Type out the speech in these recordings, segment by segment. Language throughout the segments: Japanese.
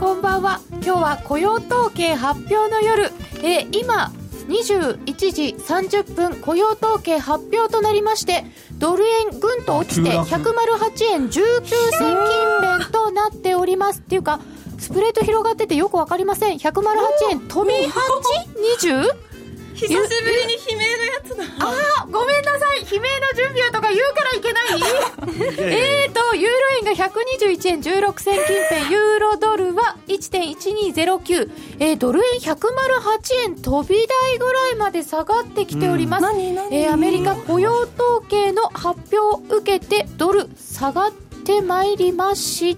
こんばんは。今日は雇用統計発表の夜、今21時30分雇用統計発表となりまして、ドル円ぐんと落ちて108円19銭近辺となっております。っていうかスプレード広がっててよくわかりません。108円飛び 8?20? 久しぶりに悲鳴のやつだ。 ごめんなさい、悲鳴の準備をとか言うからいけないユーロ円が121円16銭近辺、ユーロドルは 1.1209、ドル円108円飛び台ぐらいまで下がってきております。アメリカ雇用統計の発表を受けてドル下がってまいりました。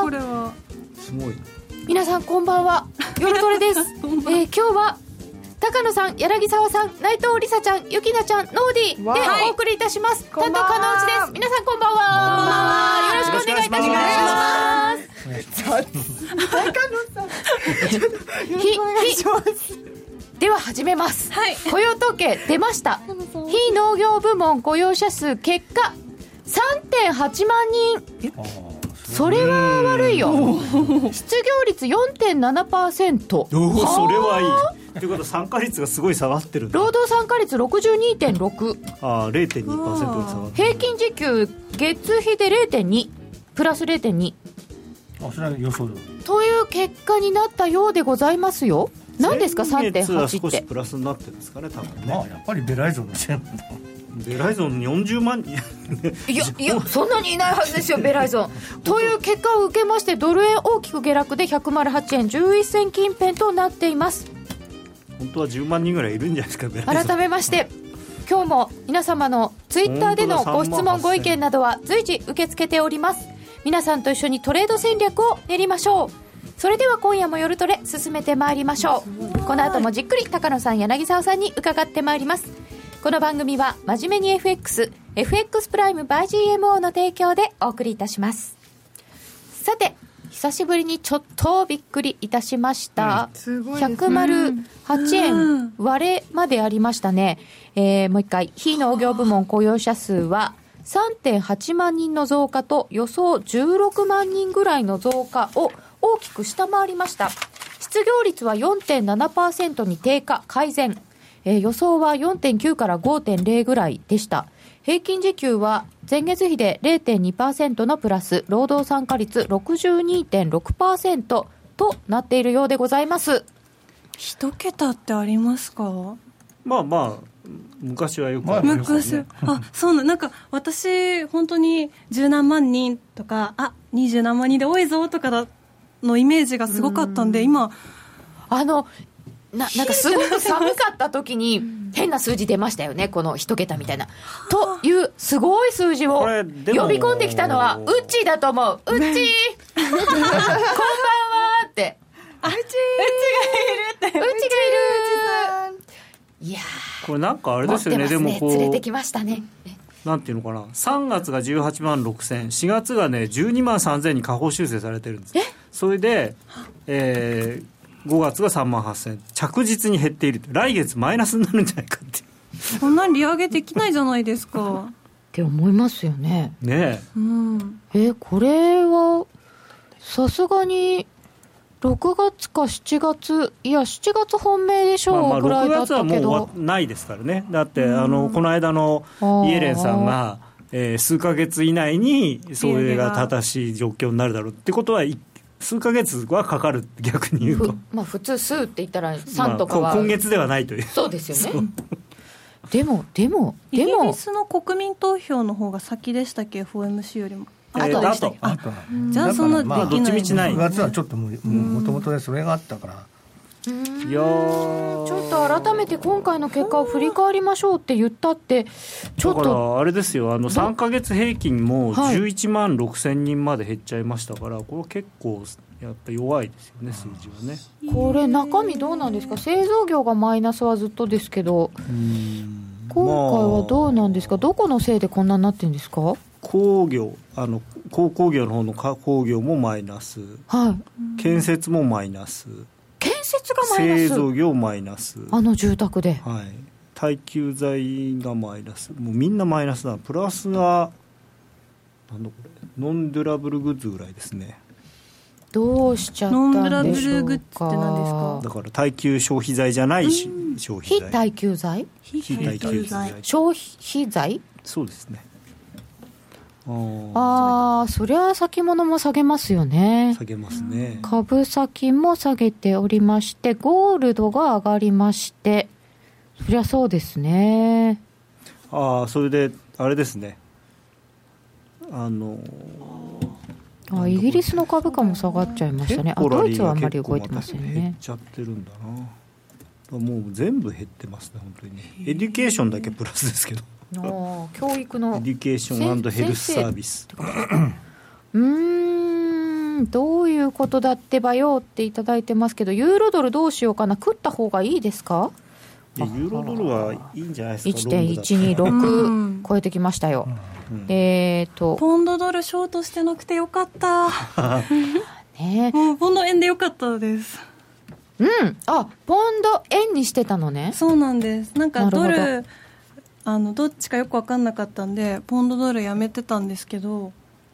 これはすごい。 皆さんこんばんは、夜トレです今日は高野さん、柳沢さん、内藤梨沙ちゃん、ゆきなちゃん、ノーディーでお送りいたします。担当金内です。皆さんこんばんは。よろしくお願いいたします。高野さんでは始めます、雇用統計出ました。非農業部門雇用者数結果 3.8 万人。それは悪いよ失業率 4.7%。 それはいいということは参加率がすごい下がってるんだ。 労働参加率 62.6、 0.2% に下がってる。 平均時給月比で 0.2 プラス 0.2、 それは予想だという結果になったようでございますよ。何ですか 3.8 って。 は少しプラスになってるんですかね、多分ね。 やっぱりベライゾンのせいなんだ。 ベライゾン40万人いやそんなにいないはずですよベライゾンという結果を受けまして、ドル円大きく下落で108円11銭近辺となっています。 本当は10万人ぐらいいるんじゃないですか、ベライゾン。 改めまして今日も皆様のツイッターでのご質問ご意見などは随時受け付けております。皆さんと一緒にトレード戦略を練りましょう。それでは今夜も夜トレ進めてまいりましょう。この後もじっくり高野さん、柳沢さんに伺ってまいります。この番組は真面目に FX プライム by GMO の提供でお送りいたします。さて久しぶりにちょっとびっくりいたしました、 すごいですね。 108円割れまでありましたね。もう一回、非農業部門雇用者数は 3.8 万人の増加と予想16万人ぐらいの増加を大きく下回りました。失業率は 4.7% に低下改善、予想は 4.9 から 5.0 ぐらいでした。平均時給は前月比で 0.2% のプラス、労働参加率 62.6% となっているようでございます。 一桁ってありますか？ まあ昔はよく昔、そうなんか私本当に10何万人とか20何万人で多いぞとかのイメージがすごかったんで、今なんかすごく寒かった時に変な数字出ましたよね、この一桁みたいなというすごい数字を呼び込んできたのはウッチーだと思う。ウッチーこんばんはって、 ウッチがいるって、 ウッチがいる。いやー、 これなんかあれですよね。でもこう連れてきましたね。 なんていうのかな、3月が18万6000、4月がね12万3000に下方修正されてるんです。それで、5月が3万8000、着実に減っている。来月マイナスになるんじゃないかって。 こんなん利上げできないじゃないですかって思いますよね。 ねえ、これはさすがに6月か7月、いや7月本命でしょうぐらいだったけど、 6月はもうないですからね。だってこの間のイエレンさんが、数ヶ月以内にそれが正しい状況になるだろうってことは数ヶ月はかかる。逆に言うと普通数って言ったら3とかは、 今月ではないという。 そうですよね。でもイギリスの国民投票の方が先でしたっけ、 FOMC よりも。後でしたっけ。じゃあそんなできない。 どっちみちない。 6月はちょっともともとでそれがあったから、 いやちょっと改めて今回の結果を振り返りましょうって言ったって、ちょっとだからあれですよ、3ヶ月平均も11万6000人まで減っちゃいましたから、これは結構やっぱ弱いですよね、数字はね。これ中身どうなんですか。製造業がマイナスはずっとですけど、今回はどうなんですか。どこのせいでこんなになってるんですか。 工業、工業の方の工業もマイナス、建設もマイナス、 建設がマイナス、 製造業マイナス、 住宅で、 耐久財がマイナス、もうみんなマイナスだ。プラスがなんだこれ、ノンデュラブルグッズぐらいですね。 どうしちゃったんでしょうか。 ノンデュラブルグッズって何ですか？ だから耐久消費財じゃないし、消費財、 非耐久財、 非耐久財、 消費財、 そうですね。 ああ、そりゃ先物も下げますよね。 下げますね。 株先も下げておりまして、ゴールドが上がりまして、そりゃそうですね。 ああ、それであれですね、 イギリスの株価も下がっちゃいましたね。ドイツはあんまり動いてませんね。 減っちゃってるんだな。もう全部減ってますね、本当にね。エデュケーションだけプラスですけど、 教育のエデュケーション&ヘルスサービス。 どういうことだってばよっていただいてますけど、ユーロドルどうしようかな、食った方がいいですか？ ユーロドルはいいんじゃないですか。 1.126 超えてきましたよ。 ポンドドルショートしてなくてよかったね、 もうポンド円でよかったです。 ポンド円にしてたのね。 そうなんです。なんかドなルどっちかよく分かんなかったんでポンドドルやめてたんですけど、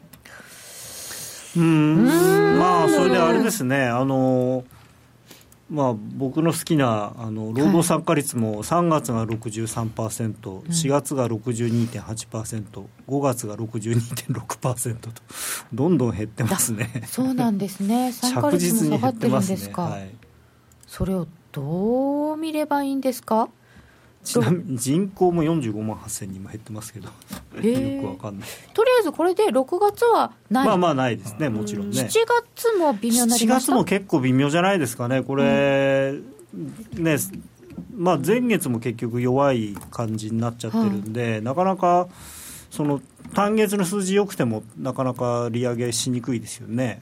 まあそれであれですね、まあ、僕の好きな労働参加率も3月が 63%、4月が 62.8%、5月が 62.6% とどんどん減ってますね。 そうなんですね。参加率も下がってるんですか。はい、それをどう見ればいいんですか？ ちなみに人口も45万8000人も減ってますけどよくわかんない。 とりあえずこれで6月はない。 まあないですね、もちろんね。 7月も微妙になりました。 7月も結構微妙じゃないですかねこれ、ね、まあ、前月も結局弱い感じになっちゃってるんで、なかなかその単月の数字良くてもなかなか利上げしにくいですよね。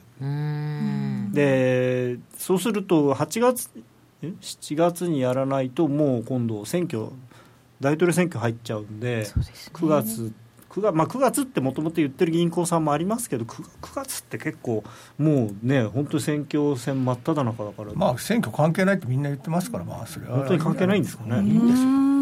でそうすると7月にやらないともう今度大統領選挙入っちゃうんで、9月ってもともと言ってる銀行さんもありますけど 9月って結構もうね本当に選挙戦真っ只中だから、 まあ選挙関係ないってみんな言ってますから、まあそれは本当に関係ないんですかね。 いいん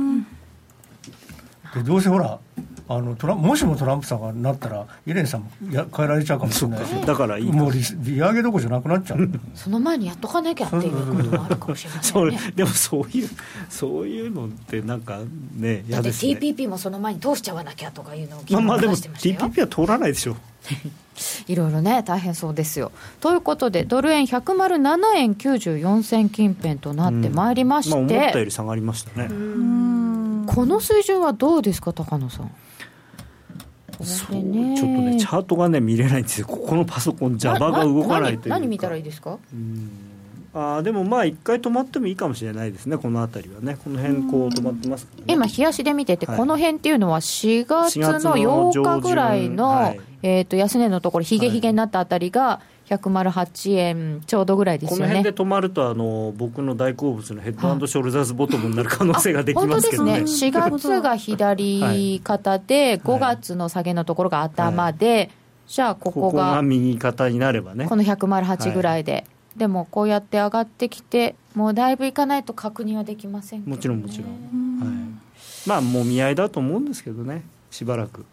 ですよ。でどうせほらもしもトランプさんがなったらイレンさんも変えられちゃうかもしれないし、 だからいいもう利上げどころじゃなくなっちゃうその前にやっとかなきゃっていうこともあるかもしれませんね。 でもそういうのってなんかね嫌ですね。 だって TPP もその前に通しちゃわなきゃとかいうのを聞いてまあでもましたよ。 TPP は通らないでしょいろいろね大変そうですよ。ということでドル円107円94銭近辺となってまいりまして、 思ったより下がりましたね。 この水準はどうですか高野さん。 そうちょっとねチャートがね見れないんですよ。ここのパソコン Java が動かないというか。 何見たらいいですか？ でもまあ一回止まってもいいかもしれないですね。この辺りはね、この辺こう止まってますからね。 今日足で見てて、この辺っていうのは4月の8日ぐらいの安値のところヒゲになったあたりが108円ちょうどぐらいですよね。 この辺で止まると僕の大好物のヘッド&ショルダーズボトムになる可能性ができますけどね。 本当ですね。4月が左肩で、5月の下げのところが頭で、じゃあここが右肩になればね、 この108ぐらいで、でもこうやって上がってきてもうだいぶいかないと確認はできませんけどね。 もちろん、まあもう見合いだと思うんですけどね。しばらく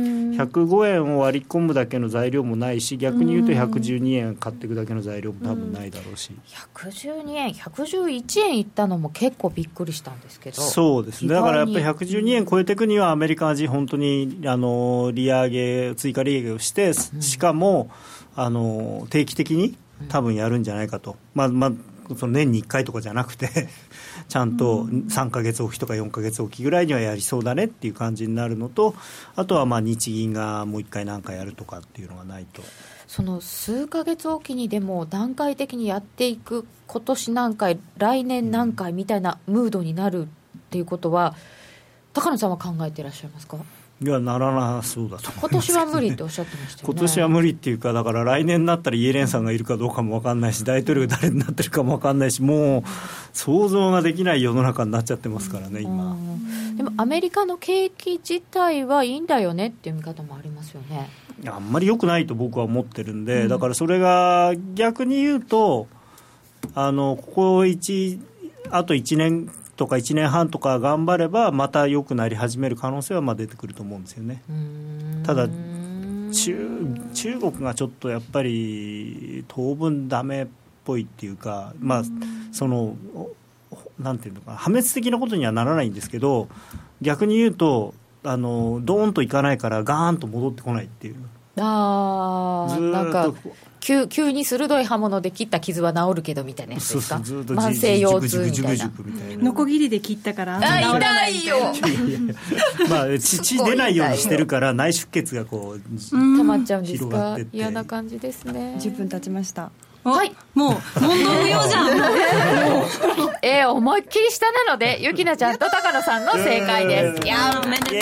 105円を割り込むだけの材料もないし、逆に言うと112円買っていくだけの材料も多分ないだろうし、 112円111円いったのも結構びっくりしたんですけど。 そうですね。だからやっぱり112円超えていくにはアメリカ人本当に利上げ追加利上げをして、しかも定期的に多分やるんじゃないかと、その年に1回とかじゃなくてちゃんと3ヶ月おきとか4ヶ月おきぐらいにはやりそうだねっていう感じになるのと、あとは日銀がもう1回何かやるとかっていうのがないと、 その数ヶ月おきにでも段階的にやっていく、今年何回来年何回みたいなムードになるっていうことは高野さんは考えていらっしゃいますか？ いや、ならなそうだと思います。 今年は無理っておっしゃってましたよね。 今年は無理っていうか、だから来年になったらイエレンさんがいるかどうかも分かんないし、大統領が誰になってるかも分かんないし、もう想像ができない世の中になっちゃってますからね、今。 でもアメリカの景気自体はいいんだよねっていう見方もありますよね。 あんまり良くないと僕は思ってるんで、だからそれが逆に言うとここあと1年とか1年半とか頑張ればまた良くなり始める可能性は出てくると思うんですよね。ただ中国がちょっとやっぱり当分ダメっぽいっていうか、まあ、そのなんていうのかな、破滅的なことにはならないんですけど、逆に言うとドーンといかないからガーンと戻ってこないっていう。 なんか急に鋭い刃物で切った傷は治るけどみたいなやつですか。 ずっと慢性腰痛みたいな。 ノコギリで切ったから痛いよまあ血出ないようにしてるから内出血がこう溜まっちゃうんですか。嫌な感じですね。 10分経ちました。 はい、もう問答無用じゃん思いっきり下なのでゆきなちゃんと高野さんの正解です。いやおめでとう。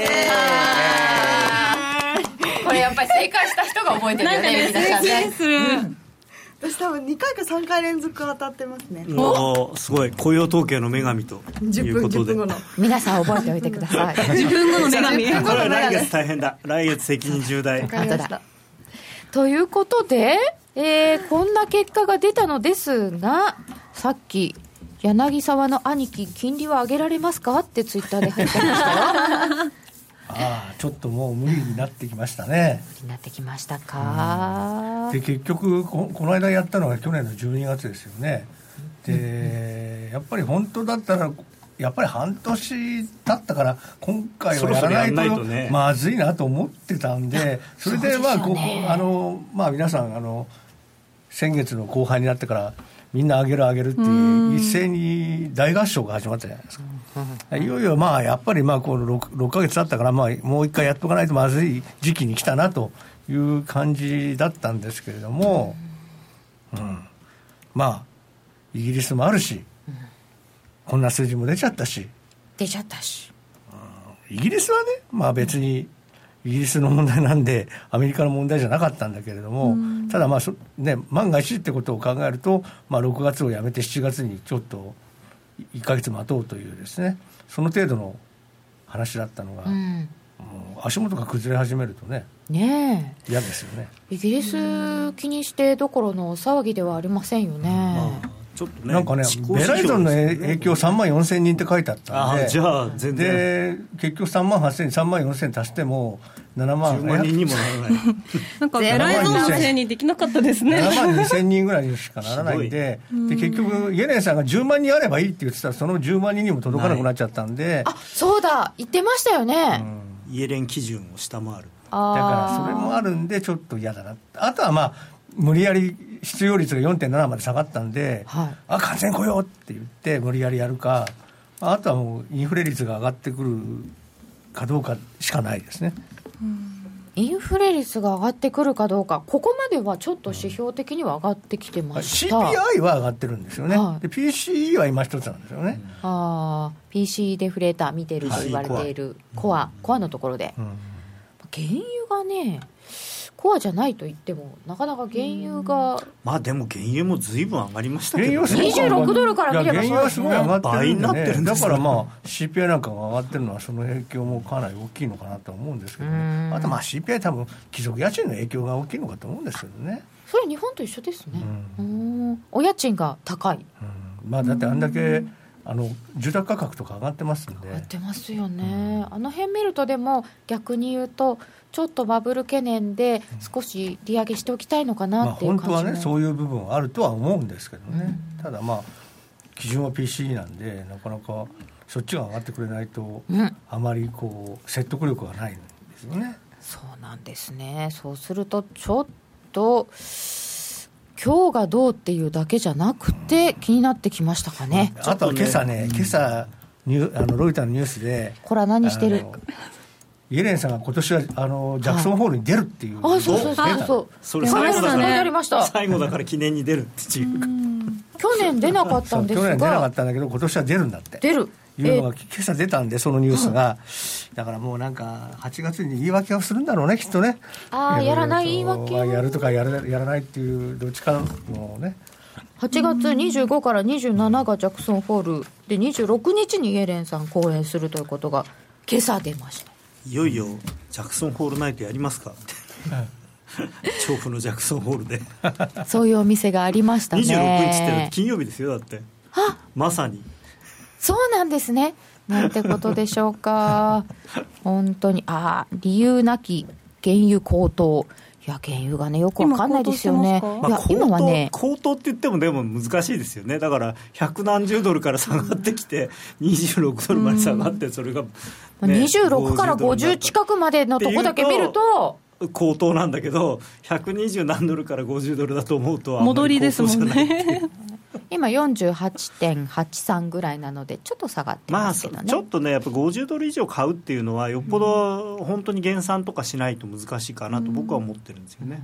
これやっぱり正解した人が覚えてるよね。ゆきなちゃんね。 私多分2回か3回連続当たってますね。 すごい雇用統計の女神ということで、 皆さん覚えておいてください。 10分後の女神。 これは来月大変だ。来月責任重大。 ということでこんな結果が出たのですが、さっき柳沢の兄貴金利は上げられますかってツイッターで入ってましたよ。 ちょっともう無理になってきましたね。 無理になってきましたか。 で結局この間やったのが去年の12月ですよね。でやっぱり本当だったらやっぱり半年経ったから今回はやらないとまずいなと思ってたんで、それでまあ皆さん先月の後半になってからみんな上げるっていう一斉に大合唱が始まったじゃないですか。いよいよまあやっぱりこの 6ヶ月経ったからもう一回やっとかないとまずい時期に来たなという感じだったんですけれども、まあイギリスもあるし、こんな数字も出ちゃったし、イギリスはね、まあ別にイギリスの問題なんでアメリカの問題じゃなかったんだけれども、ただ万が一ってことを考えると、6月をやめて7月にちょっと1ヶ月待とうというですね、その程度の話だったのが、もう足元が崩れ始めるとね、嫌ですよね。 イギリス気にしてどころの騒ぎではありませんよね。 ちょっとね、 なんかね、ベライゾンの影響3万4000人って書いてあったんで、 じゃあ全然で結局3万8000人3万4000足しても7万 10万人にもならないなんかベライゾンのせいにできなかったですね。 7万2000人ぐらいにしかならないんで、結局イエレンさんが10万人あればいいって言ってたらその10万人にも届かなくなっちゃったんで、 そうだ言ってましたよね、 イエレン基準を下回る。 だからそれもあるんでちょっと嫌だな。あとは無理やり失業率が 4.7 まで下がったんで、完全雇用って言って無理やりやるか、あとはもうインフレ率が上がってくるかどうかしかないですね。 インフレ率が上がってくるかどうか、ここまではちょっと指標的には上がってきてました。 CPI は上がってるんですよね、で PCE は今一つなんですよね、 PC デフレーター見てると言われているコアのところで、原油がねコアじゃないと言ってもなかなか原油が、 でも原油も随分上がりましたけど、 26ドルから見れば原油はすごい上がってるんで、 倍になってるんですよ。 だからCPI なんかが上がってるのはその影響もかなり大きいのかなと思うんですけどね。あとCPI 多分貴族家賃の影響が大きいのかと思うんですけどね。 それ日本と一緒ですね、お家賃が高い、 だってあんだけ住宅価格とか上がってますんで。 上がってますよね、あの辺見るとでも逆に言うとちょっとバブル懸念で少し利上げしておきたいのかなっていう感じも、 本当はねそういう部分はあるとは思うんですけどね、ただ基準は PCE なんでなかなかそっちが上がってくれないと、あまり説得力がないんですよね。 そうなんですね。そうするとちょっと今日がどうっていうだけじゃなくて気になってきましたかね。 あとは今朝ロイターのニュースでこれは何してるイエレンさんが今年はジャクソンホールに出るっていう、 それ最後だからやりました。 最後だから記念に出るっていうか去年出なかったんですが去年出なかったんだけど今年は出るんだって出るいうのが今朝出たんで、そのニュースが、だからもうなんか8月に言い訳をするんだろうねきっとね。 やらない言い訳をやるとかやらないっていうどっちかのね。 8月25から27がジャクソンホールで26日にイエレンさん講演するということが今朝出ました。 いよいよジャクソンホールナイトやりますか調布のジャクソンホールでそういうお店がありましたね。 26日って金曜日ですよ。だってまさにそうなんですね。なんてことでしょうか本当に理由なき原油高騰。いや原油がねよくわかんないですよね。いや今はね高騰って言ってもでも難しいですよね。だから100何十ドルから下がってきて26ドルまで下がってそれが、ね、 26から50近くまでのとこだけ見ると高騰なんだけど120何ドルから50ドルだと思うと戻りですもんね。 今 48.83 ぐらいなのでちょっと下がってますけどね、 ちょっとねやっぱ50ドル以上買うっていうのはよっぽど本当に減産とかしないと難しいかなと僕は思ってるんですよね。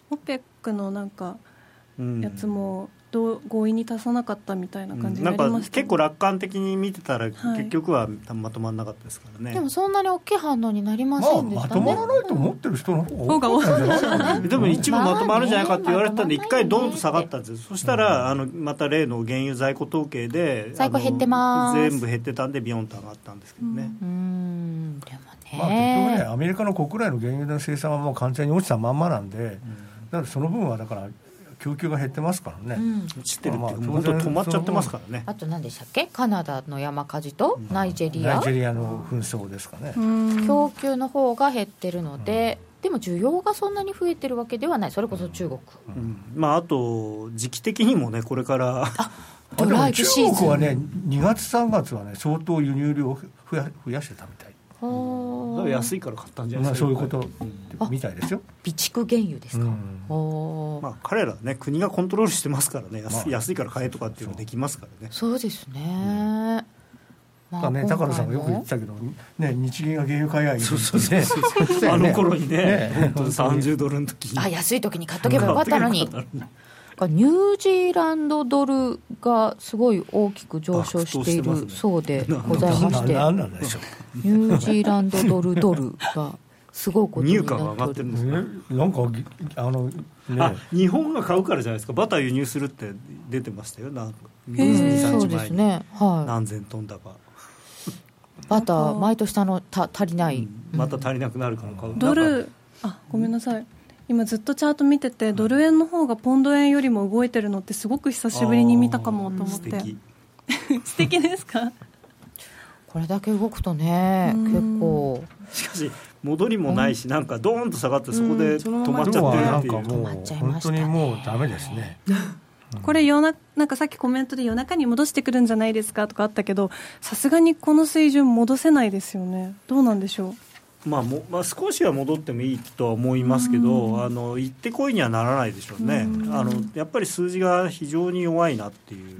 OPEC のなんかやつも合意に達さなかったみたいな感じになりました、ね、 なんか結構楽観的に見てたら結局はまとまらなかったですからね、 でもそんなに大きい反応になりませんでしたね、 まとまらないと思ってる人の方が多いんじゃないでも一部まとまるんじゃないかって言われてたんで一回ドンと下がったんです。そしたらまた例の原油在庫統計で在庫減ってます全部減ってたんでビヨンと上がったんですけどね。 でもね、 結局ねアメリカの国内の原油の生産はもう完全に落ちたまんまなんで、だからその分はだから供給が減ってますからね、 落ちてるっていうか本当止まっちゃってますからね。 あと何でしたっけ、カナダの山火事とナイジェリアの紛争ですかね。 供給の方が減ってるので、でも需要がそんなに増えてるわけではない。それこそ中国、 あと時期的にもねこれからドライブシーズン中国はね2月3月はね相当輸入量を増やしてたみたい。 安いから買ったんじゃないですか。 そういうことみたいですよ。 備蓄原油ですか、 彼らはね国がコントロールしてますからね、安いから買えとかっていうのできますからね。 そうですね、 高野さんがよく言ってたけど、ね、日銀が原油買い合いにあの頃にね30ドルの時に安い時に買っとけばよかったのにニュージーランドドルがすごい大きく上昇しているそうでございまして、 何なんでしょう。 ニュージーランドドルがすごいことになって入荷が上がってるんですか。 なんか日本が買うからじゃないですか。バター輸入するって出てましたよ。 そうですね、 何千トンだかバター毎年足りない、 また足りなくなるから買う。 ドルごめんなさい、今ずっとチャート見ててドル円の方がポンド円よりも動いてるのってすごく久しぶりに見たかもと思って。素敵ですか。 これだけ動くとね結構。 しかし戻りもないし、なんかドーンと下がってそこで止まっちゃってるっていう。 もう本当にもうダメですね。 これなんかさっきコメントで夜中に戻してくるんじゃないですかとかあったけど、さすがにこの水準戻せないですよね。どうなんでしょう。 少しは戻ってもいいとは思いますけど、行ってこいにはならないでしょうね。やっぱり数字が非常に弱いなっていう。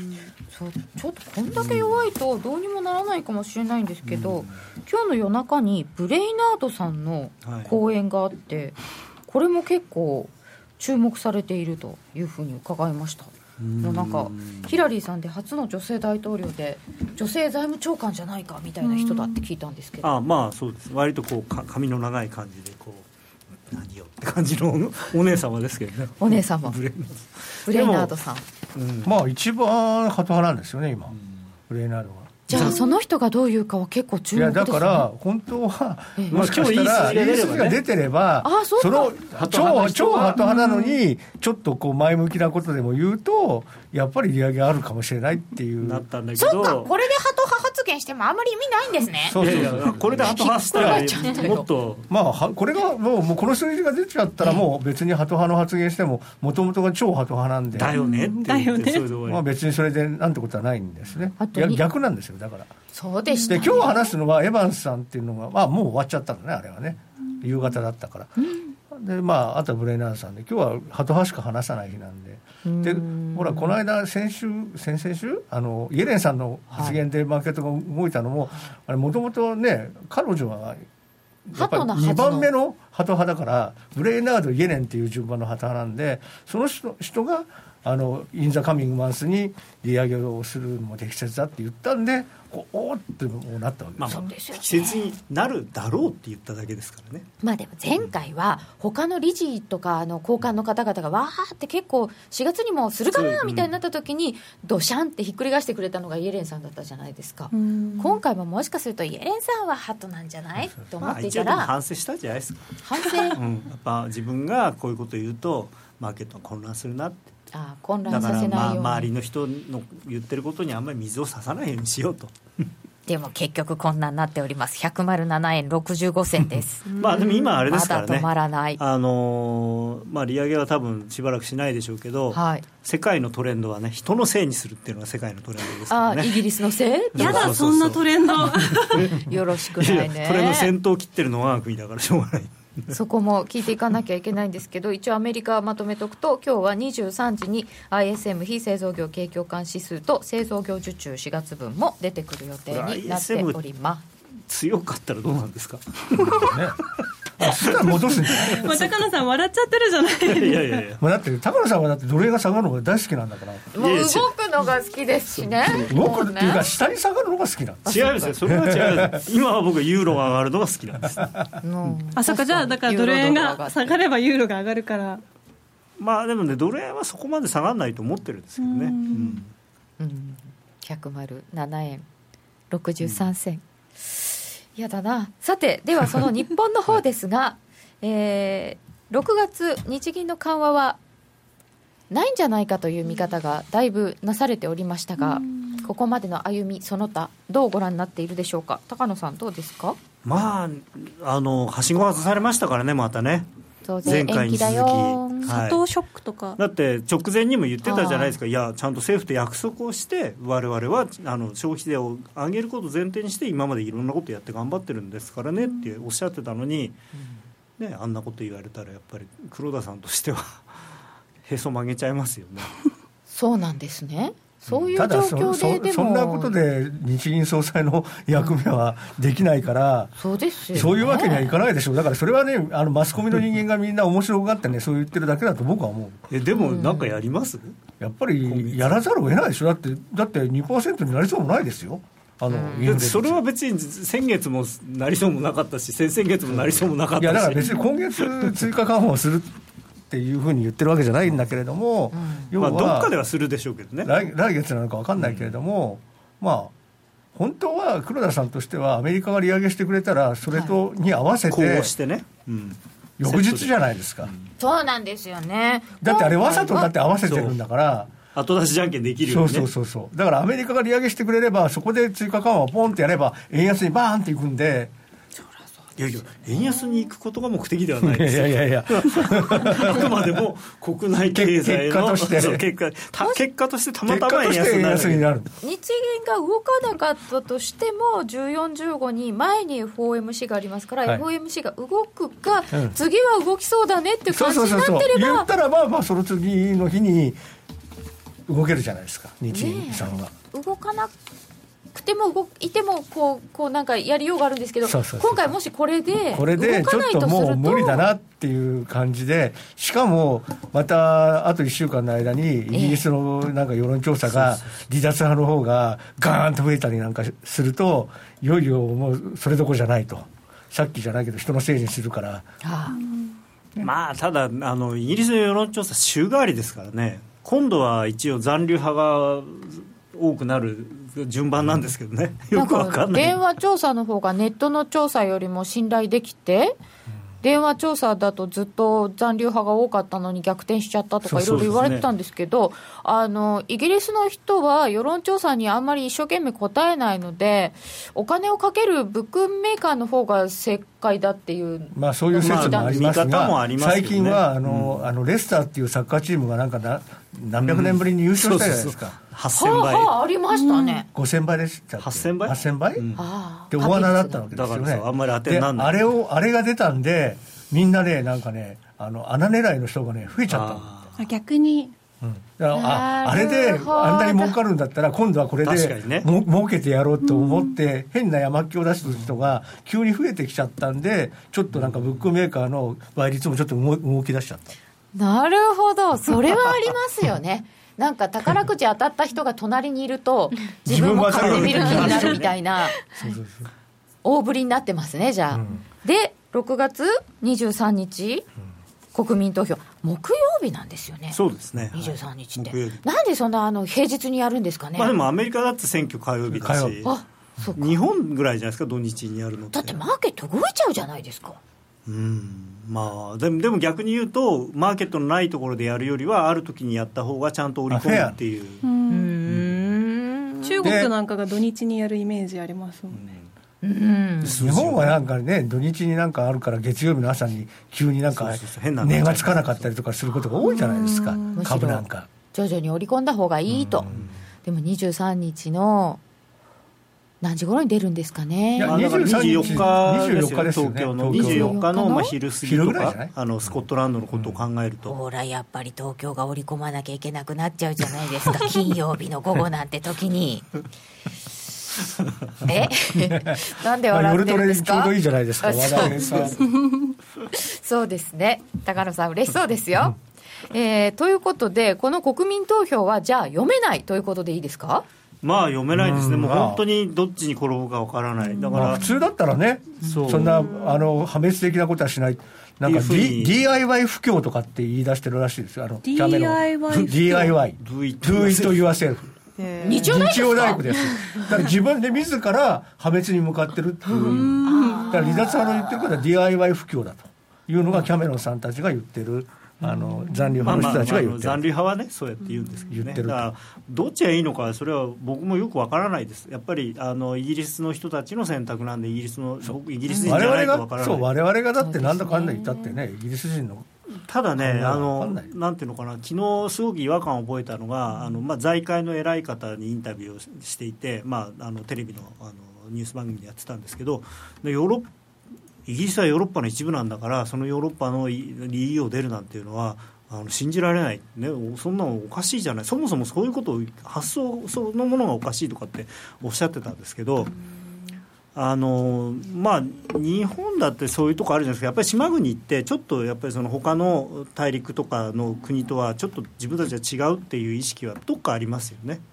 ちょっとこんだけ弱いとどうにもならないかもしれないんですけど、今日の夜中にブレイナードさんの講演があって、これも結構注目されているというふうに伺いました。もうなんかヒラリーさんで初の女性大統領で女性財務長官じゃないかみたいな人だって聞いたんですけど、 そうです。割とこう髪の長い感じでこう何よって感じのお姉様ですけどね。 お姉様ブレイナードさん、 一番ハト派なんですよね今、ブレイナードが。 じゃあその人がどういうかは結構注目ですね。 だから本当はもしかしたらいい数字が出てれば、その超ハト派なのにちょっとこう前向きなことでも言うとやっぱり利上げあるかもしれないっていうなったんだけど、 そうか、これでハト派発言してもあんまり意味ないんですね。 そうこれでハト派したらもっとこれがもうこの数字が出ちゃったらもう別にハト派の発言してももともとが超ハト派なんでだよねって言ってそれで終わり。 別にそれでなんてことはないんですね。逆なんですよ。だからそうでしたね。 で今日話すのはエヴァンスさんっていうのが、もう終わっちゃったのね、あれはね、夕方だったから、であとはブレイナードさんで今日はハト派しか話さない日なんで、ほらこの間先々週イエレンさんの発言でマーケットが動いたのも、あれもともとね彼女はやっぱり2番目のハト派だからブレイナードイエレンっていう順番のハト派なんで、その人がインザカミングマンスに利上げをするのも適切だって言ったんでおーってなったわけですよ。 適切になるだろうって言っただけですからね。 でも前回は他の理事とか高官の方々がわーって結構4月にもするかなみたいになった時にドシャンってひっくり返してくれたのがイエレンさんだったじゃないですか。今回ももしかするとイエレンさんはハトなんじゃないと思っていたら、 反省したんじゃないですか。 反省、 やっぱ自分がこういうことを言うとマーケットは混乱するなって。 混乱させないように、 だから周りの人の言ってることにあんまり水を差さないようにしようとでも結局こんなになっております。107円65銭ですまあでも今あれですからね、 まだ止まらない。 まあ、利上げは多分しばらくしないでしょうけど、はい、世界のトレンドはね、人のせいにするっていうのが世界のトレンドですからね。 あ、イギリスのせい？ やだ、そんなトレンドよろしくないね。 トレンド先頭を切ってるのは我が国だからしょうがないそこも聞いていかなきゃいけないんですけど、一応アメリカまとめておくと、今日は23時に ISM 非製造業景況感指数と製造業受注4月分も出てくる予定になっております。 強かったらどうなんですか戻すんじゃない。 高野さん笑っちゃってるじゃないいやいやいや、 だって高野さんはだって奴隷が下がるのが大好きなんだから。 もう動くのが好きですしね。 動くっていうか下に下がるのが好きなんです。 違うんですよ、それは違う今は僕ユーロが上がるのが好きなんです、 あ、そっか、じゃあだからドル円が下がればユーロが上がるから。 まあでもね、ドル円はそこまで下がらないと思ってるんですけどね。 107円63銭、やだな。さて、ではその日本の方ですが、6月日銀の緩和はないんじゃないかという見方がだいぶなされておりましたが、ここまでの歩みその他どうご覧になっているでしょうか。高野さんどうですか。 まあはしご外されましたからね、またね、前回に続き砂糖ショックとか、 だって直前にも言ってたじゃないですか。いや、ちゃんと政府と約束をして、我々は消費税を上げることを前提にして今までいろんなことやって頑張ってるんですからねっておっしゃってたのに、ね、あんなこと言われたらやっぱり黒田さんとしてはへそ曲げちゃいますよねそうなんですね。そういう状況でそんなことで日銀総裁の役目はできないから、 そうですよね、 そういうわけにはいかないでしょう。だからそれはね、マスコミの人間がみんな面白がってね、そう言ってるだけだと僕は思う。でもなんかやります、 やっぱりやらざるを得ないでしょ。だって 2% になりそうもないですよ。 それは別に先月もなりそうもなかったし、先々月もなりそうもなかったし、 いやだから別に今月追加緩和をするっていうふうに言ってるわけじゃないんだけれども、要はどっかではするでしょうけどね。 来月なのか分かんないけれども、まあ本当は黒田さんとしてはアメリカが利上げしてくれたらそれとに合わせて、 こうしてね、 翌日じゃないですか。 そうなんですよね。 だってあれわざとだって合わせてるんだから、 後出しじゃんけんできるよね。 そうだからアメリカが利上げしてくれれば、そこで追加緩和をポンってやれば円安にバーンっていくんで。 いやいや、円安に行くことが目的ではないですよ。 いやあくまでも国内経済の結果としてたまたま円安になる。 日銀が動かなかったとしても14、15に前に FOMC がありますから、FOMC が動くか、次は動きそうだねっていう感じになってれば、 言ったらまあその次の日に動けるじゃないですか、日銀さんは。 動かなくても動いてもこうなんかやりようがあるんですけど、今回もしこれで動かないとするとちょっともう無理だなっていう感じで、しかもまたあと1週間の間にイギリスのなんか世論調査が離脱派の方がガーンと増えたりなんかすると、いよいよもうそれどころじゃないと。さっきじゃないけど人のせいにするから、 まあただイギリスの世論調査週替わりですからね。今度は一応残留派が多くなる順番なんですけどね、よくわかんない。 電話調査の方がネットの調査よりも信頼できて、電話調査だとずっと残留派が多かったのに逆転しちゃったとかいろいろ言われてたんですけど、イギリスの人は世論調査にあんまり一生懸命答えないので、お金をかけるブックメーカーの方が正解だっていう、 まあ、そういう説もありますが、最近はレスターっていうサッカーチームがなんか何百年ぶりに優勝したじゃないですか。 8000倍、 ありましたね。 5000倍でしたっけ。 8000倍、 8000倍、で大穴だったわけですよね。 だからあんまり当てにならない。 あれが出たんでみんなね、なんかね、穴狙いの人がね増えちゃったの。 逆に、 だからあれであんなに儲かるんだったら今度はこれで、ね、儲けてやろうと思って、変な山っ気を出す人が急に増えてきちゃったんで、ちょっとなんかブックメーカーの倍率もちょっと動き出しちゃった。 なるほど、それはありますよね。なんか宝くじ当たった人が隣にいると自分も買ってみる気になるみたいな大振りになってますね。じゃあ、で6月23日、国民投票木曜日なんですよね。 そうですね、 23日って、なんでそんな平日にやるんですかね。 まあ、でもアメリカだって選挙火曜日だし、日本ぐらいじゃないですか、土日にやるのって。 だってマーケット動いちゃうじゃないですか。 まあ、でも逆に言うとマーケットのないところでやるよりはある時にやった方がちゃんと織り込むっていう。 中国なんかが土日にやるイメージありますもんね。 日本はなんかね、土日になんかあるから月曜日の朝に急になんか値がつかなかったりとかすることが多いじゃないですか、株なんか徐々に織り込んだ方がいいと。でも23日の何時頃に出るんですかね。 いや24日ですよね、東京の24日の昼過ぎとかスコットランドのことを考えると、 ほらやっぱり東京が織り込まなきゃいけなくなっちゃうじゃないですか金曜日の午後なんて時になんで笑ってるんですか。 夜トレにちょうどいいじゃないですか話題そうですね、高野さん嬉しそうですよということで、この国民投票はじゃあ読めないということでいいですか。 まあ読めないですね、もう本当にどっちに転ぶかわからない。だから、 普通だったらね、そんな破滅的なことはしない。なんか、DIY 不況とかって言い出してるらしいですよ。DIY Do it yourself。日曜大工です。だから自分で自ら破滅に向かってるっていう。だから離脱派の言ってることは DIY 不況だというのがキャメロンさんたちが言ってる。残留派の人たちが言ってる。 残留派はねそうやって言うんですけどね。だからどっちがいいのかそれは僕もよくわからないです。やっぱりイギリスの人たちの選択なんで、イギリス人じゃないとわからない。 我々がだってなんだかんだ言ったってね、イギリス人のただね、なんていうのかな、昨日すごく違和感を覚えたのが、財界の偉い方にインタビューをしていて、テレビの、ニュース番組でやってたんですけど、イギリスはヨーロッパの一部なんだから、そのヨーロッパの EU を出るなんていうのは信じられない、ね、そんなのおかしいじゃない、そもそもそういうことを発想そのものがおかしいとかっておっしゃってたんですけど、日本だってそういうとこあるじゃないですか。やっぱり島国ってちょっとやっぱりその他の大陸とかの国とはちょっと自分たちは違うっていう意識はどっかありますよね。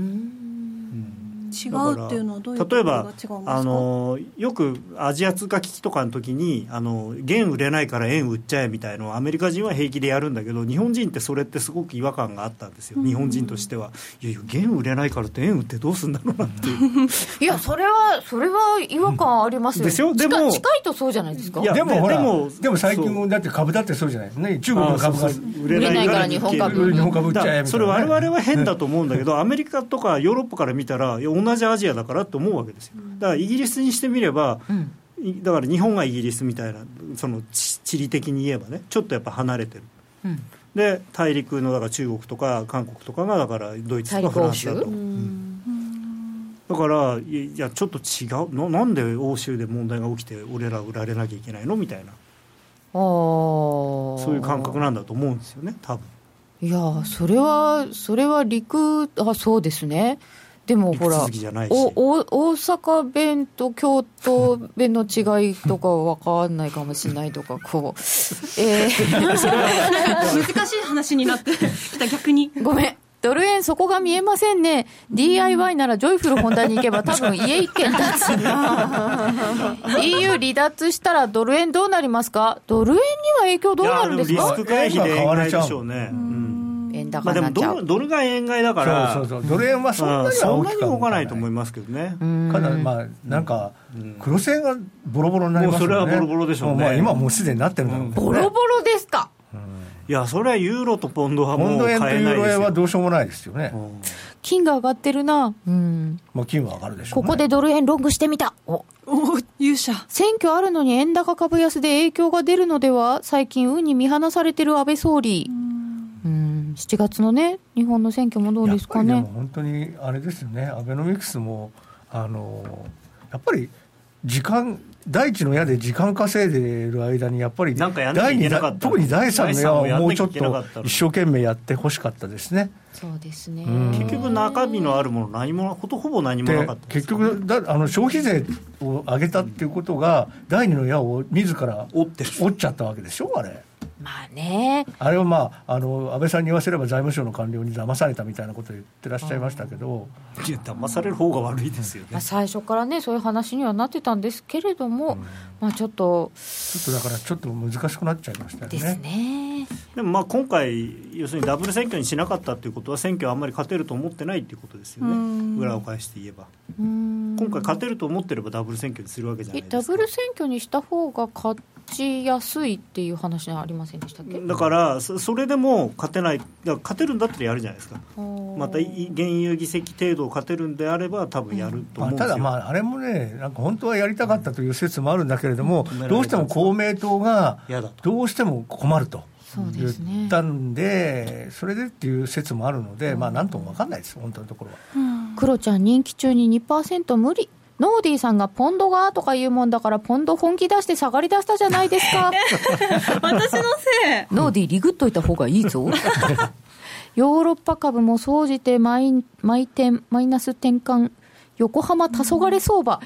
違うっていうのはどういうところが違うんですか。 例えばよくアジア通貨危機とかの時に元売れないから円売っちゃえみたいなのをアメリカ人は平気でやるんだけど、日本人ってそれってすごく違和感があったんですよ、日本人としては。いや元売れないからって円売ってどうすんだろうなっていういやそれは違和感ありますよ、 ですよ。でも近いとそうじゃないですか。 いやでも最近だって株だってそうじゃないですね。中国の株が売れないから日本株売っちゃえみたいな、ね、 それ我々は変だと思うんだけどアメリカとかヨーロッパから見たら同じアジアだからって思うわけですよ。だからイギリスにしてみれば、だから日本がイギリスみたいなその地理的に言えばねちょっとやっぱ離れてる、で大陸のだから中国とか韓国とかがだからドイツとかフランスだと、だからいやちょっと違うなんで欧州で問題が起きて俺ら売られなきゃいけないのみたいな、そういう感覚なんだと思うんですよね多分。 いやそれはそうですね。でもほら大阪弁と京都弁の違いとかは分かんないかもしれないとか難しい話になってきた逆に。 ごめん、ドル円そこが見えませんね。 DIY ならジョイフルホンダに行けば多分家一軒建つなEU 離脱したらドル円どうなりますか。ドル円には影響どうなるんですか。 いやでもリスク回避で円買いでしょうね。 円高になっちゃう。 でもドルが円買いだからそうドル円はそんなに動かないと思いますけどね。 ただなんか黒線がボロボロになりますよね。 もうそれはボロボロでしょうね。 今もうすでになってるんだろうね。 ボロボロですか。 いやそれはユーロとポンドはもう買えないですよ。 ポンド円とユーロ円はどうしようもないですよね。 金が上がってるな。 金は上がるでしょうね。 ここでドル円ロングしてみた。 勇者。 選挙あるのに円高株安で影響が出るのでは。最近運に見放されてる安倍総理。7月のね日本の選挙もどうですかね。 やっぱりでも本当にあれですよね。アベノミクスもやっぱり第一の矢で時間稼いでいる間にやっぱり特に第三の矢をもうちょっと一生懸命やってほしかったですね。 そうですね。 結局中身のあるものほぼ何もなかったです、ね、 結局消費税を上げたっていうことが第二の矢を自ら折っちゃったわけでしょあれ。 まあね、 あれは安倍さんに言わせれば財務省の官僚に騙されたみたいなことを言ってらっしゃいましたけど、 いや騙される方が悪いですよね。 最初からねそういう話にはなってたんですけれども、ちょっとだからちょっと難しくなっちゃいましたよね。 ですね。 でも今回要するにダブル選挙にしなかったということは選挙はあんまり勝てると思ってないということですよね。裏を返して言えば今回勝てると思ってればダブル選挙にするわけじゃないですか。 ダブル選挙にした方が勝ちやすいっていう話はありませんでしたっけ。 だからそれでも勝てない、だから勝てるんだったらやるじゃないですか。また現有議席程度を勝てるんであれば多分やると思うんですよ。 ただあれもね、なんか本当はやりたかったという説もあるんだけれども、どうしても公明党がどうしても困ると言ったんで、それでっていう説もあるので、なんとも分かんないです、本当のところは。 クロちゃん任期中に 2% 無理。ノーディーさんがポンドがとか言うもんだからポンド本気出して下がり出したじゃないですか。 私のせい。 ノーディーリグっといた方がいいぞ。ヨーロッパ株も総じてマイナス転換。横浜黄昏相場。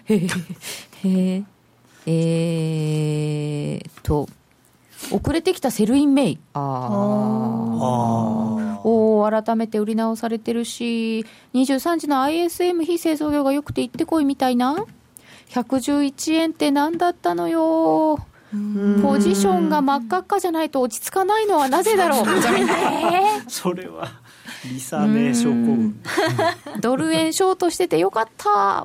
遅れてきたセルインメイ。改めて売り直されてるし、23時の ISM 非製造業がよくて行ってこいみたいな。111円って何だったのよ。ポジションが真っ赤っかじゃないと落ち着かないのはなぜだろう。 それはリサ名症候群。 ドル円ショートしててよかった。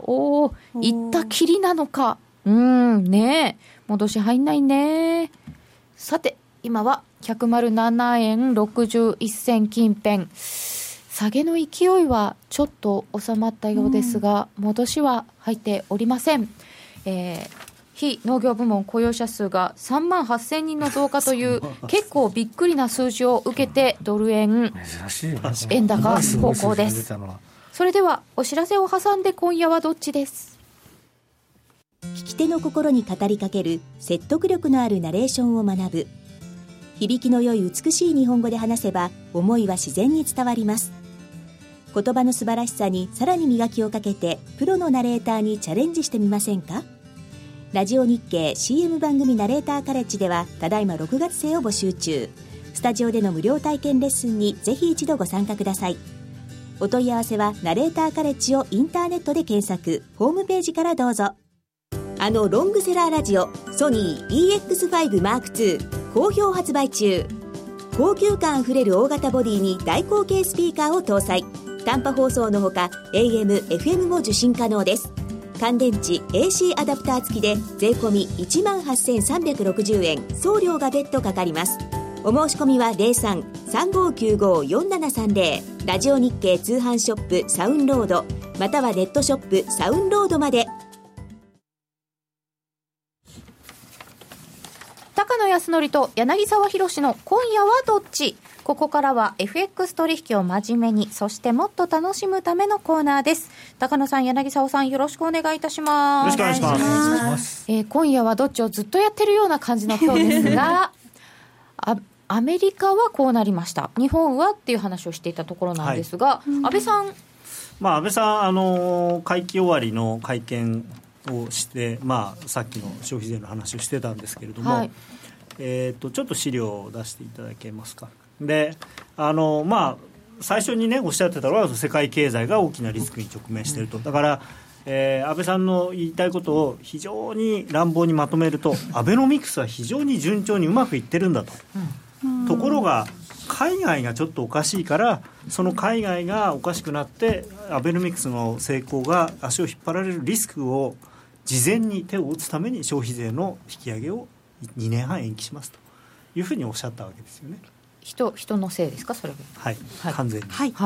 行ったきりなのか。ねえ、戻し入んないね。さて今は107円61銭近辺、下げの勢いはちょっと収まったようですが、戻しは入っておりません。非農業部門雇用者数が3万8000人の増加という結構びっくりな数字を受けて、ドル円円高方向です。それではお知らせを挟んで今夜はどっちです。 聞き手の心に語りかける説得力のあるナレーションを学ぶ。響きの良い美しい日本語で話せば思いは自然に伝わります。言葉の素晴らしさにさらに磨きをかけてプロのナレーターにチャレンジしてみませんか。ラジオ日経 CM 番組ナレーターカレッジではただいま6月生を募集中。スタジオでの無料体験レッスンにぜひ一度ご参加ください。お問い合わせはナレーターカレッジをインターネットで検索、ホームページからどうぞ。ロングセラーラジオソニー EX5M2 好評発売中。高級感あふれる大型ボディに大口径スピーカーを搭載。短波放送のほか AM、FM も受信可能です。乾電池 AC アダプター付きで税込み 18,360 円、送料が別途かかります。お申し込みは 03-3595-4730 ラジオ日経通販ショップサウンロードまたはネットショップサウンロードまで。 高野康則と柳沢博の今夜はどっち。ここからは FX 取引を真面目に、そしてもっと楽しむためのコーナーです。高野さん、柳沢さん、よろしくお願いいたします。 よろしくお願いします。 今夜はどっちをずっとやってるような感じの今日ですがアメリカはこうなりました、日本はっていう話をしていたところなんですが、安倍さん、 安倍さん会期終わりの会見をして、さっきの消費税の話をしてたんですけれども、ちょっと資料を出していただけますか。で最初にねおっしゃってたのは世界経済が大きなリスクに直面していると。だから、安倍さんの言いたいことを非常に乱暴にまとめると、アベノミクスは非常に順調にうまくいってるんだと、ところが海外がちょっとおかしいから、その海外がおかしくなってアベノミクスの成功が足を引っ張られるリスクを事前に手を打つために消費税の引き上げを2年半延期しますというふうにおっしゃったわけですよね。 人のせいですか、それは。 はい、完全に、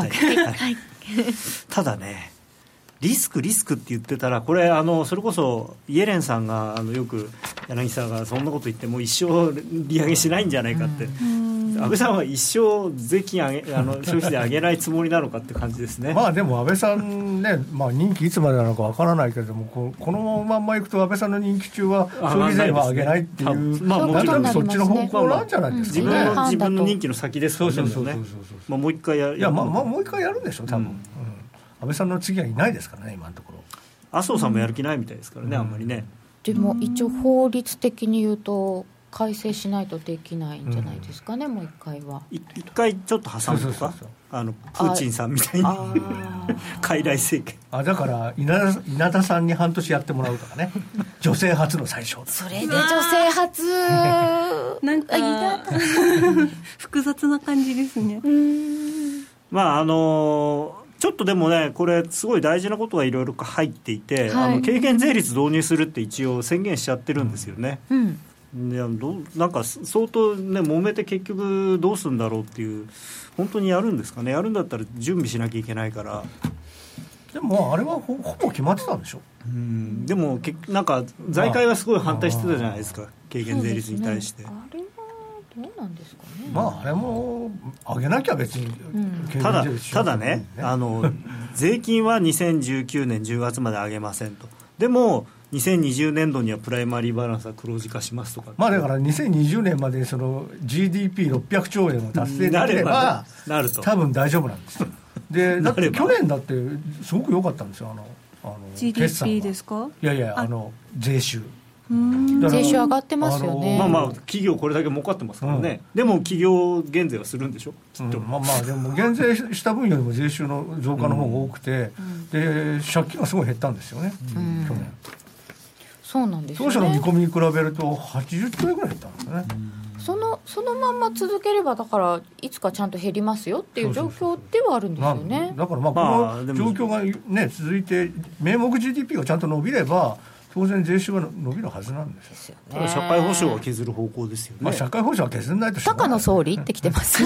ただね、リスクって言ってたら、これそれこそイエレンさんがよく柳沢がそんなこと言ってもう一生利上げしないんじゃないかって、安倍さんは一生税金消費税上げないつもりなのかって感じですね。 でも安倍さんね、任期いつまでなのかわからないけれども、このまんまいくと安倍さんの任期中は消費税は上げないっていう、もちろんそっちの方向なんじゃないですかね。 自分の任期の先ですからね。もう一回やる。 もう一回やるんでしょ多分、安倍さんの次はいないですからね、今のところ。 麻生さんもやる気ないみたいですからね、あんまりね。 でも一応法律的に言うと改正しないとできないんじゃないですかね、もう一回は。一回ちょっと挟むとか、プーチンさんみたいに傀儡政権。 だから稲田さんに半年やってもらうとかね女性初の最初。 それで女性初なんか複雑な感じですね。 ちょっとでもね、これすごい大事なことがいろいろ入っていて、軽減税率導入するって一応宣言しちゃってるんですよね。 なんか相当ね揉めて結局どうするんだろうっていう、本当にやるんですかね。やるんだったら準備しなきゃいけないから。 でもあれは ほぼ決まってたんでしょ。 でもなんか財界はすごい反対してたじゃないですか、軽減税率に対して。 あれはどうなんですかね。 あれも上げなきゃ別に、 ただね、税金は2019年10月まで上げませんと。でも2020年度にはプライマリーバランスは黒字化しますとか、 だから2020年までその GDP600 兆円を達成できればなると多分大丈夫なんですよ。でだって去年だってすごく良かったんですよ、 GDP ですか。 いや税収税収上がってますよね。 企業これだけ儲かってますからね、でも企業減税はするんでしょきっと。 でも減税した分よりも税収の増加の方が多くて、で借金がすごい減ったんですよね、去年。 そうなんですよね。 当初の見込みに比べると80兆円ぐらい減ったんですね。 そのまんま続ければ、だからいつかちゃんと減りますよっていう状況ではあるんですよね。 だからこの状況が、ね、続いて名目 GDP がちゃんと伸びれば当然税収は伸びるはずなんですよ。 ただ社会保障は削る方向ですよね。 社会保障は削らないとしょうがない。 高野総理って来てます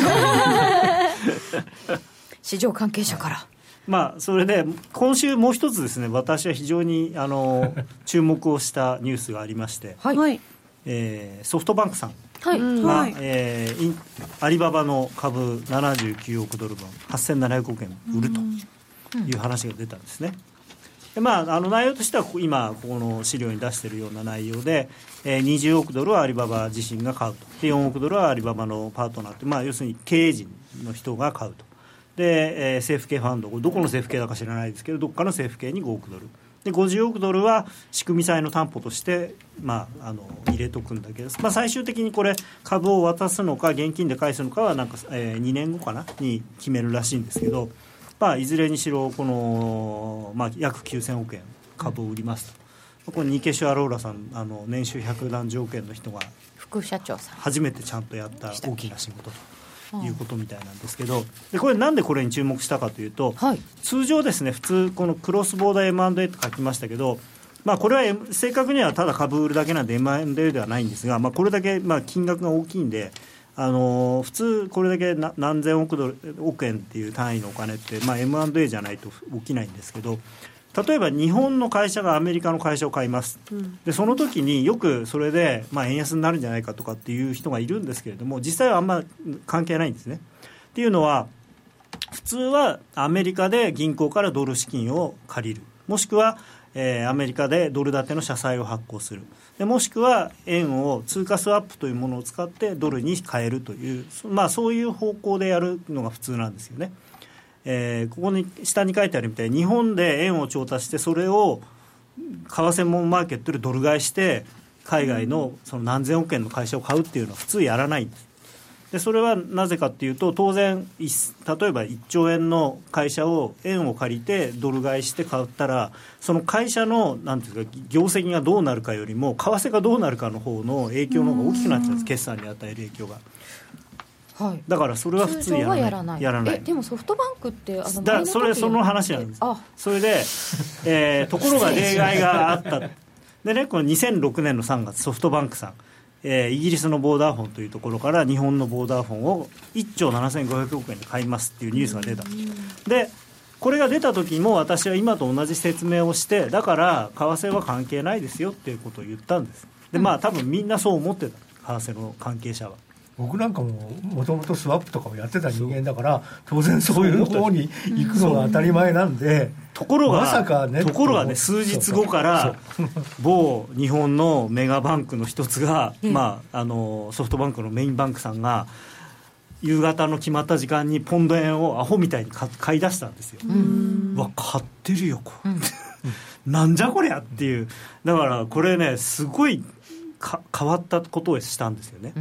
市場関係者から。 それで今週もう一つですね、私は非常に注目をしたニュースがありまして、ソフトバンクさんが、アリババの株79億ドル分8700億円売るという話が出たんですね。で内容としては今ここの資料に出しているような内容で、20億ドルはアリババ自身が買うと。で4億ドルはアリババのパートナーって、要するに経営陣の人が買うと。で、政府系ファンド、どこの政府系だか知らないですけど、どこかの政府系に5億ドルで50億ドルは仕組み債の担保として、入れとくんだけど、最終的にこれ株を渡すのか現金で返すのかはなんか、2年後かなに決めるらしいんですけど、いずれにしろこの、約9000億円株を売りますと。これニケシュ・アローラさん、年収100何条件の人が副社長さん初めてちゃんとやった大きな仕事ということみたいなんですけど、でこれなんでこれに注目したかというと、通常ですね、普通このクロスボーダー M&A と書きましたけど、これは正確にはただ株売るだけなんで M&A ではないんですが、これだけ金額が大きいんで、普通これだけ何千億円っていう単位のお金って、M&A じゃないと起きないんですけど、例えば日本の会社がアメリカの会社を買います、でその時によくそれで、円安になるんじゃないかとかっていう人がいるんですけれども、実際はあんま関係ないんですね。っていうのは、普通はアメリカで銀行からドル資金を借りる、もしくは、アメリカでドル建ての社債を発行する、でもしくは円を通貨スワップというものを使ってドルに変えるという、そういう方向でやるのが普通なんですよね。ここに下に書いてあるみたいに日本で円を調達してそれを為替マーケットでドル買いして海外のその何千億円の会社を買うっていうのは普通やらないんです。でそれはなぜかっていうと、当然例えば1兆円の会社を円を借りてドル買いして買ったら、その会社のなんていうか業績がどうなるかよりも為替がどうなるかの方の影響の方が大きくなっちゃうんです、決算に与える影響が。だからそれは普通にやらない。 でもソフトバンクってその話なんです。それで、ところが例外があったでね、この2006年の3月ソフトバンクさん、イギリスのボーダーフォンというところから日本のボーダーフォンを1兆7500億円で買いますっていうニュースが出た。でこれが出た時も私は今と同じ説明をして、だから為替は関係ないですよっていうことを言ったんです。で多分みんなそう思ってた、為替の関係者は。 僕なんかもともとスワップとかをやってた人間だから、当然そういう方に行くのが当たり前なんで、 ところがね、数日後から某日本のメガバンクの一つが、ソフトバンクのメインバンクさんが夕方の決まった時間にポンド円をアホみたいに買い出したんですよ。買ってるよこれなんじゃこりゃっていう。だからこれね、すごい変わったことをしたんですよね。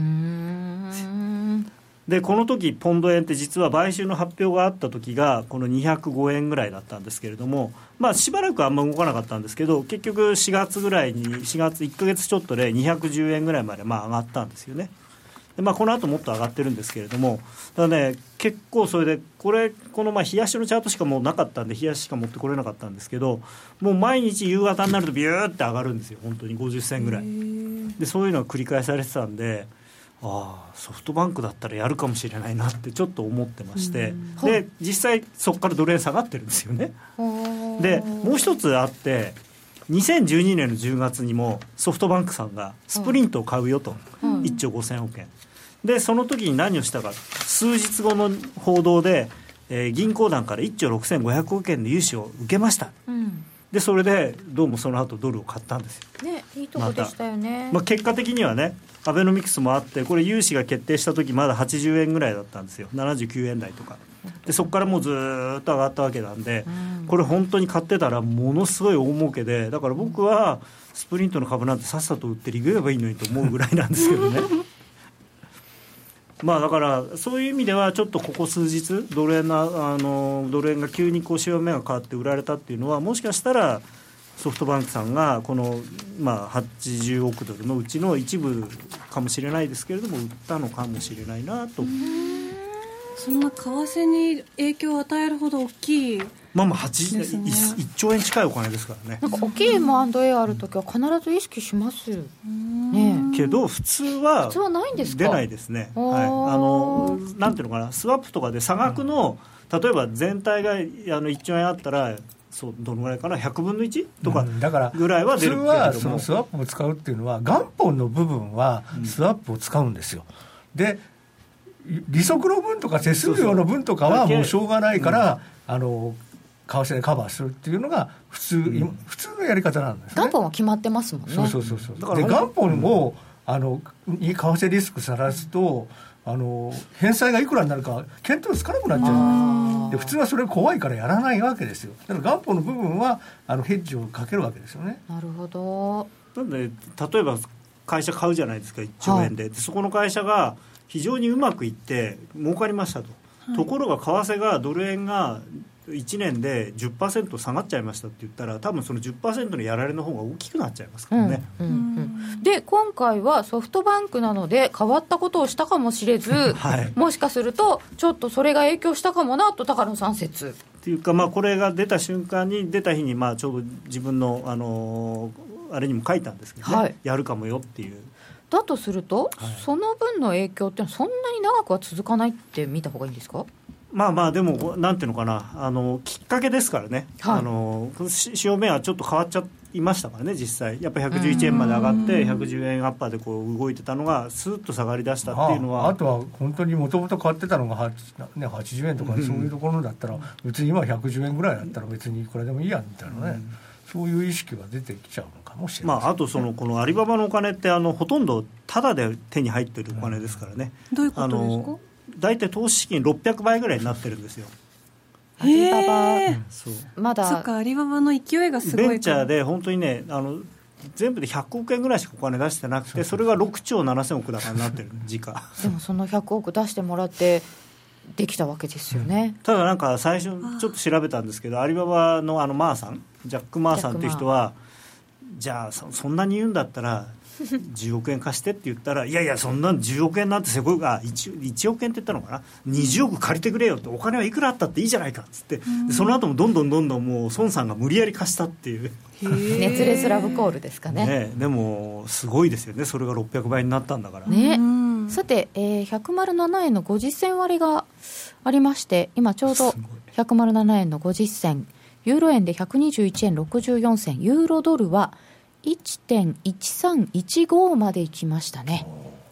でこの時ポンド円って実は買収の発表があった時がこの205円ぐらいだったんですけれども、しばらくあんま動かなかったんですけど、結局4月ぐらいに1ヶ月ちょっとで210円ぐらいまで上がったんですよね。でこの後もっと上がってるんですけれども、だからね、結構それでこの冷やしのチャートしかもうなかったんで冷やししか持ってこれなかったんですけど、もう毎日夕方になるとビューって上がるんですよ、本当に50銭ぐらい。 でそういうのが繰り返されてたんで、ソフトバンクだったらやるかもしれないなってちょっと思ってまして、で実際そこからドル円下がってるんですよね。でもう一つあって、2012年の10月にもソフトバンクさんがスプリントを買うよと、1兆5000億円で、その時に何をしたか、数日後の報道で、銀行団から1兆6500億円の融資を受けました、でそれでどうもその後ドルを買ったんですよ、 ね、いいとこでしたよね。 結果的にはね、アベノミクスもあって、これ融資が決定した時まだ80円ぐらいだったんですよ、79円台とかで、そこからもうずっと上がったわけなんで、これ本当に買ってたらものすごい大儲けで、だから僕はスプリントの株なんてさっさと売ってリグればいいのにと思うぐらいなんですけどねだからそういう意味ではちょっとここ数日ドル円が急に潮目が変わって売られたっていうのは、もしかしたらソフトバンクさんがこの、80億ドルのうちの一部かもしれないですけれども売ったのかもしれないなと。 そんな為替に影響を与えるほど大きい 1兆円近いお金ですからね。 なんか大きい M&A あるときは必ず意識しますね。 けど普通はないんですか？ 出ないですね。なんていうのかな、スワップとかで差額の、例えば全体が1兆円あったらどのぐらいかな、100分の1とかぐらいは出るけれども、 普通はそのスワップを使うっていうのは元本の部分はスワップを使うんですよ。で利息の分とか手数料の分とかはもうしょうがないから、為替でカバーするっていうのが普通のやり方なんですね。 元本は決まってますもんね。 そうだから元本を為替リスクさらすと返済がいくらになるか見当つかなくなっちゃうで、普通はそれ怖いからやらないわけですよ。だから元本の部分はヘッジをかけるわけですよね。 なるほど。 なんで例えば会社買うじゃないですか、1兆円で、そこの会社が非常にうまくいって儲かりましたと、ところが為替がドル円が1年で 10% 下がっちゃいましたって言ったら、多分その 10% のやられの方が大きくなっちゃいますからね、 で今回はソフトバンクなので変わったことをしたかもしれず、もしかするとちょっとそれが影響したかもなと高野さん説っていうか、これが出た瞬間に出た日にちょうど自分の、あれにも書いたんですけどね、やるかもよっていう。 だとすると、その分の影響ってそんなに長くは続かないって見た方がいいんですか？ でもなんていうのかな、きっかけですからね、潮目はちょっと変わっちゃいましたからね、実際やっぱり111円まで上がって110円アッパーで動いてたのがスーッと下がりだしたっていうのは、 あとは本当にもともと買ってたのが80円とかそういうところだったら、別に今110円ぐらいだったら別にいくらでもいいやみたいなね、そういう意識が出てきちゃうのかもしれない、 あとこのアリババのお金ってほとんどタダで手に入ってるお金ですからね、 どういうことですか？ 大体投資資金600倍ぐらいになってるんですよ。 アリババ、まだそっか、アリババの勢いがすごい。 ベンチャーで本当にね、全部で100億円ぐらいしかお金出してなくて、それが6兆7000億だからなってる時価でもその100億出してもらってできたわけですよね、 ただなんか最初ちょっと調べたんですけど、アリババのマーさん、ジャック・マーさんっていう人は、じゃあそんなに言うんだったら10億円貸してって言ったら、いやいやそんな10億円なんてせこいが 1億円って言ったのかな、20億借りてくれよって、お金はいくらあったっていいじゃないかっつって、その後もどんどんもう孫さんが無理やり貸したっていう熱烈ラブコールですか ね。 でもすごいですよね、それが600倍になったんだからね。さて、107円の50銭割がありまして、今ちょうど107円の50銭、ユーロ円で121円64銭、ユーロドルは1.1315 までいきましたね。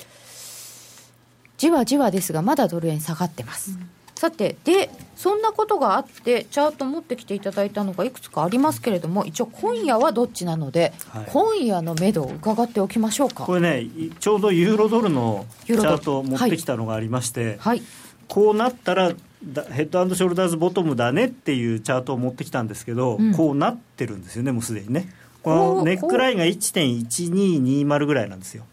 じわじわですがまだドル円下がってます、さて、でそんなことがあってチャート持ってきていただいたのがいくつかありますけれども、一応今夜はどっちなので、今夜の目処を伺っておきましょうか。 これね、ちょうどユーロドルのチャートを持ってきたのがありまして、こうなったらヘッド&ショルダーズボトムだねっていうチャートを持ってきたんですけど、こうなってるんですよね、もうすでにね。このネックラインが 1.1220 ぐらいなんですよ。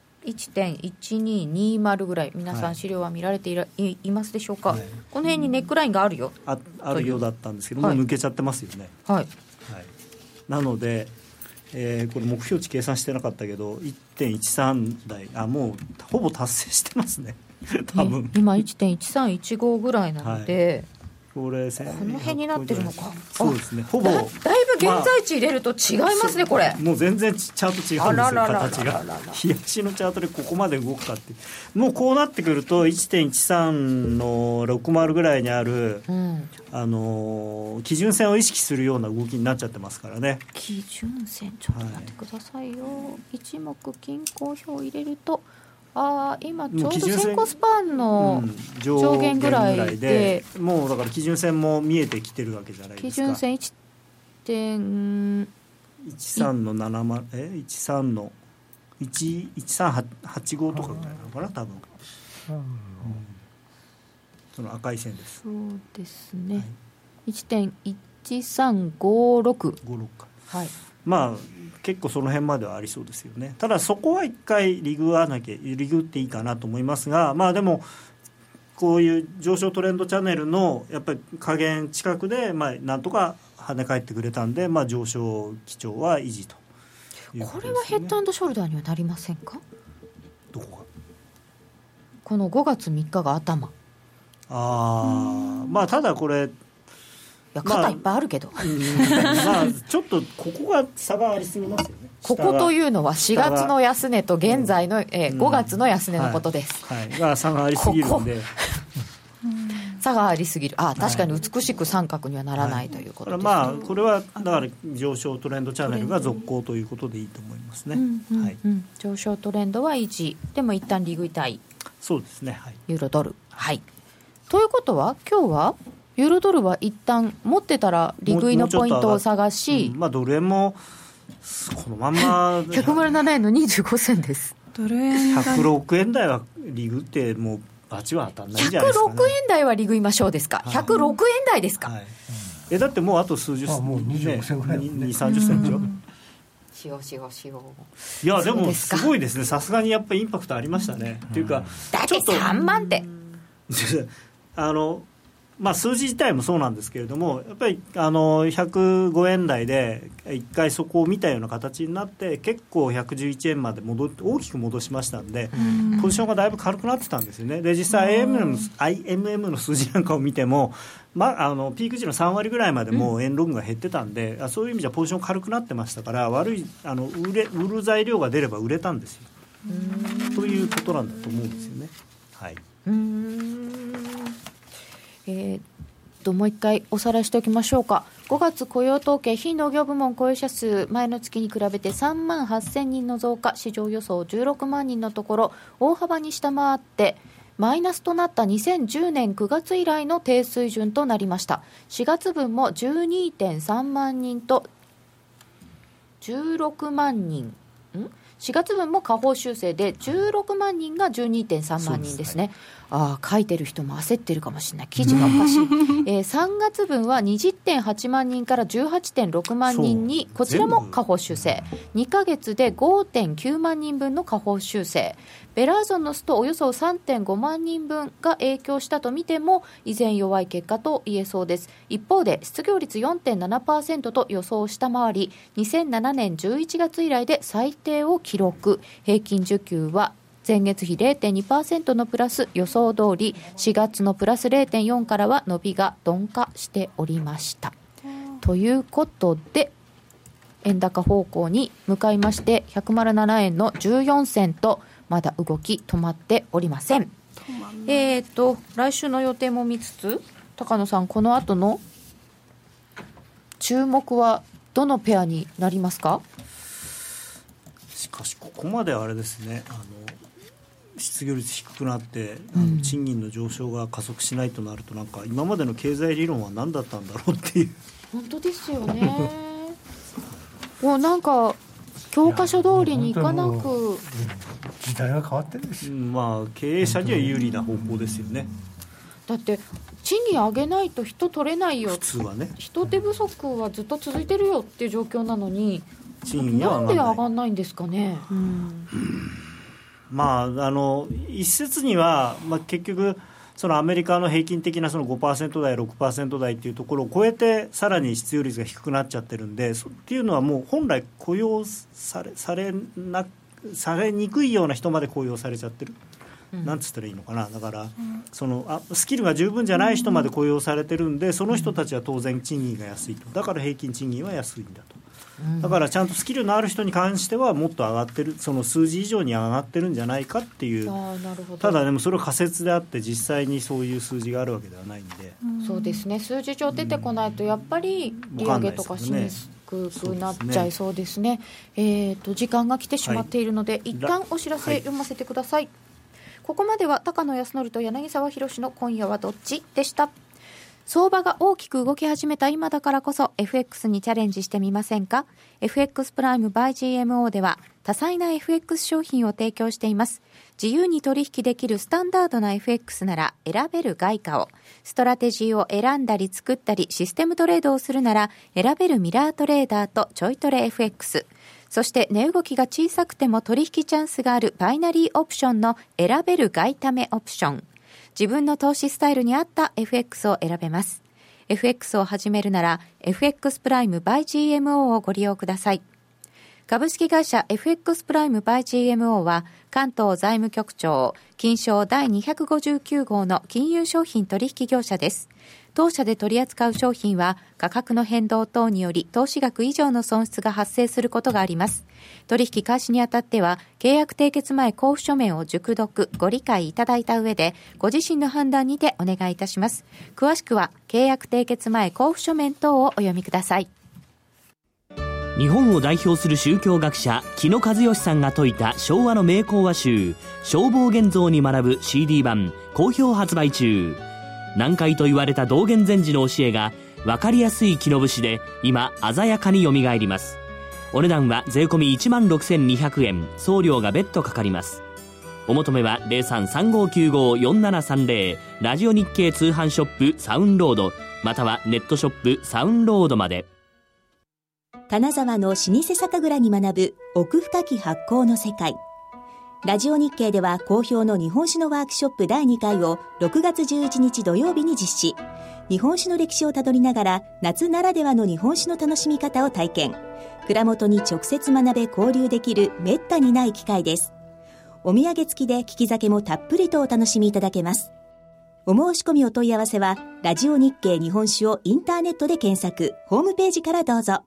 1.1220 ぐらい、皆さん資料は見られていますでしょうか、この辺にネックラインがあるよ、 あるようだったんですけど、もう抜けちゃってますよね。なので、これ目標値計算してなかったけど 1.13 台、もうほぼ達成してますね多分今 1.1315 ぐらいなので、 これこの辺になってるのか。 そうですね、ほぼだいぶ現在地入れると違いますね、これもう全然チャート違うんですよ、形が。日足のチャートでここまで動くかって、もうこうなってくると 1.13 の60ぐらいにある、基準線を意識するような動きになっちゃってますからね。 基準線ちょっと待ってくださいよ、一目均衡表を入れると今ちょうど先行スパンの上限ぐらいで、 もうだから基準線も見えてきてるわけじゃないですか。 基準線 1.13 の13の1385とかぐらいなのかな多分、その赤い線です。 そうですね、1.1356 か、 はい、 まあ結構その辺まではありそうですよね。ただそこは一回リグっていいかなと思いますが、まあでもこういう上昇トレンドチャンネルのやっぱり下限近くで、なんとか跳ね返ってくれたんで、上昇基調は維持ということですね。 これはヘッド&ショルダーにはなりませんか？ どこが？ この5月3日が頭。 ただこれ肩いっぱいあるけど、 ちょっとここが差がありすぎますよね。 ここというのは4月の安値と現在の、5月の安値のことです、 差がありすぎるんで差がありすぎる。確かに美しく三角にはならないということです、 これはだから上昇トレンドチャンネルが続行ということでいいと思いますね。 上昇トレンドは維持でも一旦利食いたい。 そうですね、 ユーロドル、ということは今日はユーロドルは一旦持ってたら利食いのポイントを探し、 ドル円もこのまんま 107円の25銭です。 ドル円が 106円台は利食ってもうバチは当たんないんじゃないですかね。 106円台は利食いましょうですか。106円台ですか。 だってもうあと数十銭、 もう25銭ぐらい、 2、30銭でしょ。 しよう。 いやでもすごいですね。さすがにやっぱりインパクトありましたね。っていうかだって3万って数字自体もそうなんですけれども、やっぱり105円台で一回そこを見たような形になって結構111円まで大きく戻しましたんで、ポジションがだいぶ軽くなってたんですよね。で実際 IMM の数字なんかを見ても、ピーク時の3割ぐらいまでもう円ロングが減ってたんで、そういう意味じゃポジション軽くなってましたから、悪い売る材料が出れば売れたんですよ。ということなんだと思うんですよね。 もう一回おさらいしておきましょうか。5月雇用統計非農業部門雇用者数前の月に比べて3万8000人の増加、市場予想16万人のところ大幅に下回ってマイナスとなった2010年9月以来の低水準となりました。4月分も 12.3 万人と16万人4月分も下方修正で16万人が 12.3 万人ですね。書いてる人も焦ってるかもしれない。記事がおかしい、3月分は 20.8 万人から 18.6 万人にこちらも下方修正、2ヶ月で 5.9 万人分の下方修正、ベラーゾンのストおよそ 3.5 万人分が影響したと見ても依然弱い結果と言えそうです。一方で失業率 4.7% と予想を下回り2007年11月以来で最低を記録、平均需給は前月比 0.2% のプラス、予想通り4月のプラス 0.4 からは伸びが鈍化しておりました。ということで円高方向に向かいまして107円の14銭とまだ動き止まっておりません。来週の予定も見つつ、高野さんこの後の注目はどのペアになりますか？ しかしここまであれですね、失業率低くなって賃金の上昇が加速しないとなると、なんか今までの経済理論は何だったんだろうっていう。 本当ですよねもうなんか教科書通りにいかなく時代が変わってるんですよ。 経営者には有利な方向ですよね。 だって賃金上げないと人取れないよ、 普通はね、 人手不足はずっと続いてるよっていう状況なのに賃金はなんで上がんないんですかね。 一説には、結局そのアメリカの平均的なその 5% 台 6% 台っていうところを超えてさらに失業率が低くなっちゃってるんで、っていうのはもう本来雇用されにくいような人まで雇用されちゃってる。 なんつったらいいのかな、だから、スキルが十分じゃない人まで雇用されてるんで、その人たちは当然賃金が安いと、だから平均賃金は安いんだと。だからちゃんとスキルのある人に関してはもっと上がってる、その数字以上に上がってるんじゃないかっていう。ただでもそれは仮説であって実際にそういう数字があるわけではないんで、 そうですね、数字上出てこないとやっぱり利上げとかしにくくなっちゃいそうですね。時間が来てしまっているので、一旦お知らせ読ませてください。ここまでは高野康則と柳沢博の今夜はどっちでした。相場が大きく動き始めた今だからこそ FX にチャレンジしてみませんか。 FX プライム by GMO では多彩な FX 商品を提供しています。自由に取引できるスタンダードな FX なら選べる外貨を、ストラテジーを選んだり作ったりシステムトレードをするなら選べるミラートレーダーとちょいトレ FX、そして値動きが小さくても取引チャンスがあるバイナリーオプションの選べる外為オプション。自分の投資スタイルに合った FX を選べます。FX を始めるなら FX プライム by GMO をご利用ください。株式会社 FX プライム by GMO は関東財務局長金商第259号の金融商品取引業者です。当社で取り扱う商品は価格の変動等により投資額以上の損失が発生することがあります。取引開始にあたっては契約締結前交付書面を熟読ご理解いただいた上でご自身の判断にてお願いいたします。詳しくは契約締結前交付書面等をお読みください。 日本を代表する宗教学者木野和義さんが説いた昭和の名講話集正法現像に学ぶ CD 版好評発売中。難解と言われた道元禅師の教えが分かりやすい木の節で今鮮やかによみがえります。お値段は税込み 16,200 円、送料が別途かかります。お求めは 0335954730 ラジオ日経通販ショップサウンロードまたはネットショップサウンロードまで。 金沢の老舗酒蔵に学ぶ奥深き発酵の世界。ラジオ日経では好評の日本酒のワークショップ第2回を6月11日土曜日に実施。日本酒の歴史をたどりながら夏ならではの日本酒の楽しみ方を体験。蔵元に直接学べ交流できるめったにない機会です。お土産付きで利き酒もたっぷりとお楽しみいただけます。お申し込みお問い合わせはラジオ日経日本酒をインターネットで検索、ホームページからどうぞ。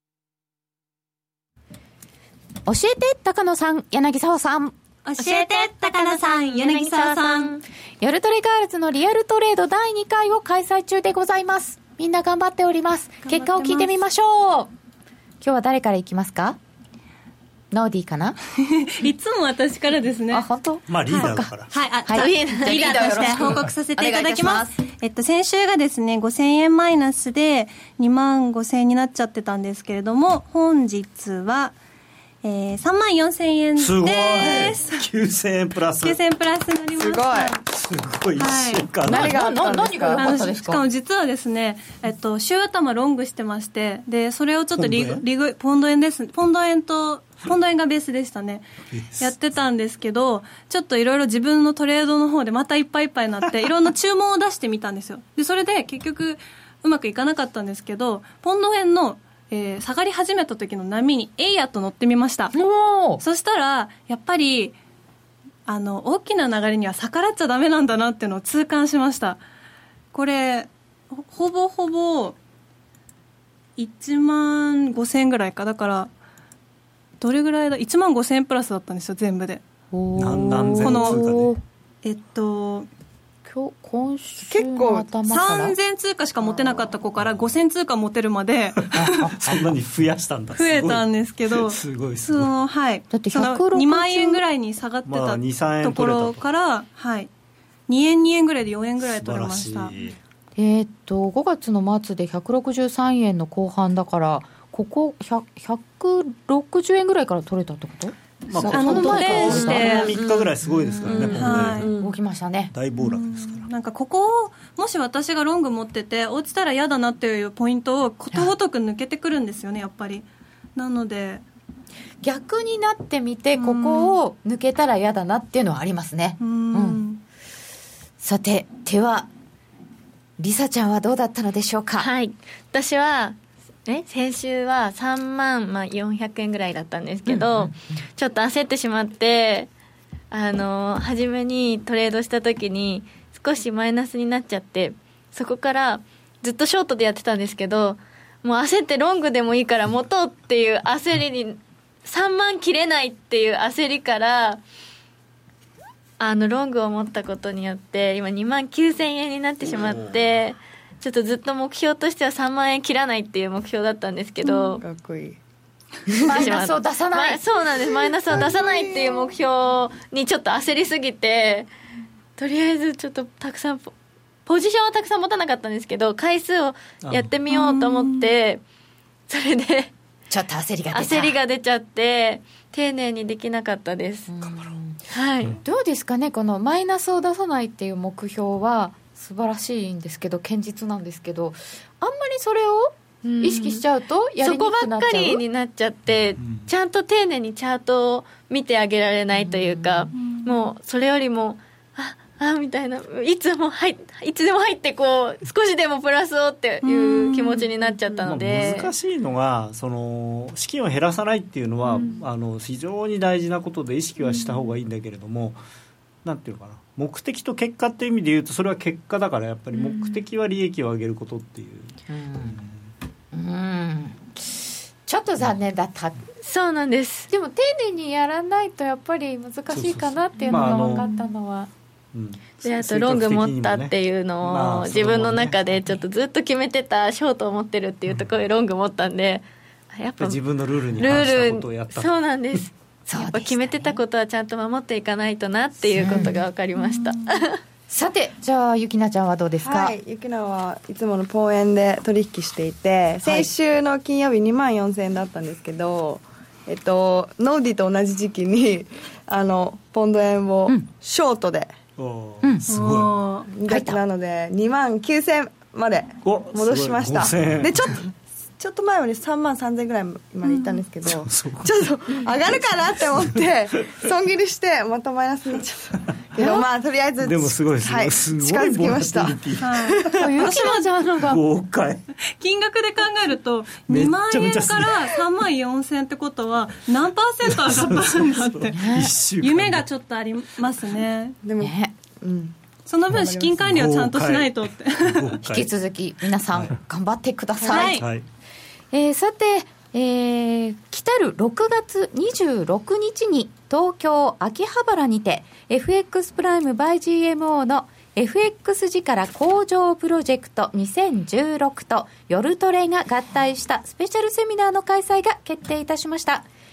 教えて高野さん、柳沢さん。 教えて高野さん、柳沢さん。 夜トレガールズのリアルトレード第2回を開催中でございます。みんな頑張っております。結果を聞いてみましょう。今日は誰からいきますか？ノーディーかな？ いつも私からですね。 あ、本当？ まあリーダーだから。 はい、リーダーとして報告させていただきます。先週がですね、5000円マイナスで25,000円になっちゃってたんですけれども、本日は34,000円です。 すごい。9,000円プラス。 9,000円プラスになりました。 すごい。1週間、 何が良かったですか？ しかも実はですね、週頭ロングしてまして、でそれをちょっとポンド円です。ポンド円がベースでしたね。やってたんですけど、ちょっといろいろ自分のトレードの方でまたいっぱいいっぱいになっていろんな注文を出してみたんですよ。でそれで結局うまくいかなかったんですけど、ポンド円の下がり始めた時の波にえいやっと乗ってみました。そしたらやっぱり大きな流れには逆らっちゃダメなんだなっていうのを痛感しました。これほぼほぼ15,000円ぐらいか。だからどれぐらいだ、15,000円プラスだったんですよ全部で。 何千通貨で今週結構3000通貨しか持てなかった子から5000通貨持てるまでそんなに増やしたんだ。 増えたんですけど、 すごいはい、だって2万円ぐらいに下がってたところから、はい、2円ぐらいで4円ぐらい取れました。 5月の末で163円の後半だから、ここ160円ぐらいから取れたってこと？ まあ、この前3日ぐらいすごいですからね、 はい、動きましたね。 大暴落ですから。 なんかここをもし私がロング持ってて落ちたら嫌だなっていうポイントをことごとく抜けてくるんですよね、やっぱり。なので逆になってみて、ここを抜けたら嫌だなっていうのはありますね。さて、ではリサちゃんはどうだったのでしょうか？ はい、私は先週は3万400円ぐらいだったんですけど、ちょっと焦ってしまって初めにトレードした時に少しマイナスになっちゃって、そこからずっとショートでやってたんですけど、もう焦ってロングでもいいから持とうっていう焦りに、3万切れないっていう焦りからロングを持ったことによって今2万9000円になってしまって、ちょっとずっと目標としては3万円切らないっていう目標だったんですけど、 かっこいい。 マイナスを出さない、 そうなんです。マイナスを出さないっていう目標にちょっと焦りすぎて、とりあえずちょっとたくさんポジションはたくさん持たなかったんですけど、回数をやってみようと思って、それでちょっと焦りが出ちゃって丁寧にできなかったです。はい、 どうですかね、このマイナスを出さないっていう目標は素晴らしいんですけど、堅実なんですけど、あんまりそれを意識しちゃうとやりにくくなっちゃう、 そこばっかりになっちゃって、ちゃんと丁寧にチャートを見てあげられないというか、もうそれよりもみたいな、いつでも入ってこう少しでもプラスをっていう気持ちになっちゃったので、 難しいのがその資金を減らさないっていうのは、非常に大事なことで意識はした方がいいんだけれども、なんていうのかな、目的と結果っていう意味で言うとそれは結果だから、やっぱり目的は利益を上げることっていう、 ちょっと残念だった。 そうなんです。 でも丁寧にやらないとやっぱり難しいかなっていうのが分かったのは、 であとロング持ったっていうのを自分の中でちょっとずっと決めてたショートを持ってるっていうところでロング持ったんで、やっぱ自分のルールに反したことをやった。 そうなんです。やっぱ決めてたことはちゃんと守っていかないとなっていうことが分かりました。 さて、じゃあゆきなちゃんはどうですか？ はい、ゆきなはいつものポン円で取引していて、先週の金曜日2万4000円だったんですけど、ノーディと同じ時期にポンド円をショートで、 すごいなので2万9000まで戻しました。でちょっと前まで3万3000ぐらいまでいったんですけど、ちょっと上がるかなって思って損切りしてまたマイナスになっちゃったけど、まあとりあえずでもすごいです、 はい、 すごい近づきました。 ゆきなちゃんのが豪快。 金額で考えると2万円から3万4000ってことは何パーセント上がったんだって夢がちょっとありますね。 でもその分資金管理をちゃんとしないとって引き続き皆さん頑張ってください。さて、来たる6月26日に東京秋葉原にて FX プライム by GMO の FX 力向上プロジェクト2016と夜トレが合体したスペシャルセミナーの開催が決定いたしました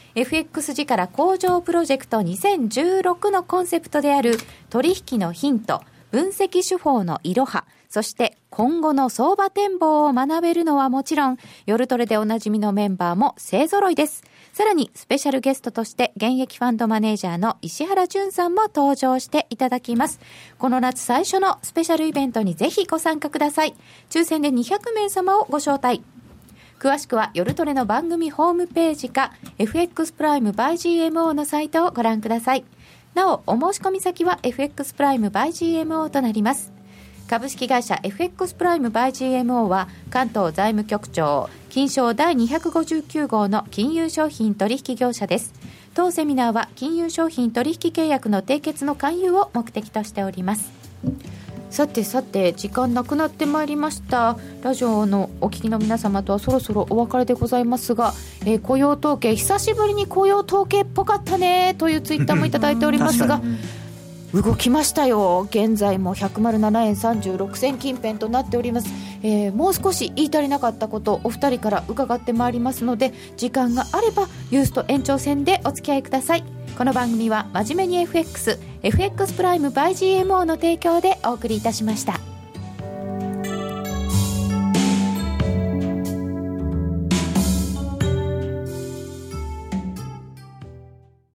。FX 力向上プロジェクト2016のコンセプトである取引のヒント、分析手法のいろは、そして今後の相場展望を学べるのはもちろん、夜トレでおなじみのメンバーも勢ぞろいです。さらにスペシャルゲストとして現役ファンドマネージャーの石原淳さんも登場していただきます。この夏最初のスペシャルイベントにぜひご参加ください。抽選で200名様をご招待。詳しくは夜トレの番組ホームページか FX プライム by GMO のサイトをご覧ください。なお、お申し込み先は FX プライム by GMO となります。株式会社 FX プライム by GMO は関東財務局長金商第259号の金融商品取引業者です。当セミナーは金融商品取引契約の締結の勧誘を目的としております。さて時間なくなってまいりました。ラジオのお聞きの皆様とはそろそろお別れでございますが、雇用統計、久しぶりに雇用統計っぽかったねというツイッターもいただいておりますが動きましたよ。現在も107円36銭近辺となっております。もう少し言い足りなかったことをお二人から伺ってまいりますので、時間があればユースト延長戦でお付き合いください。この番組は真面目に FX プライム by GMO の提供でお送りいたしました。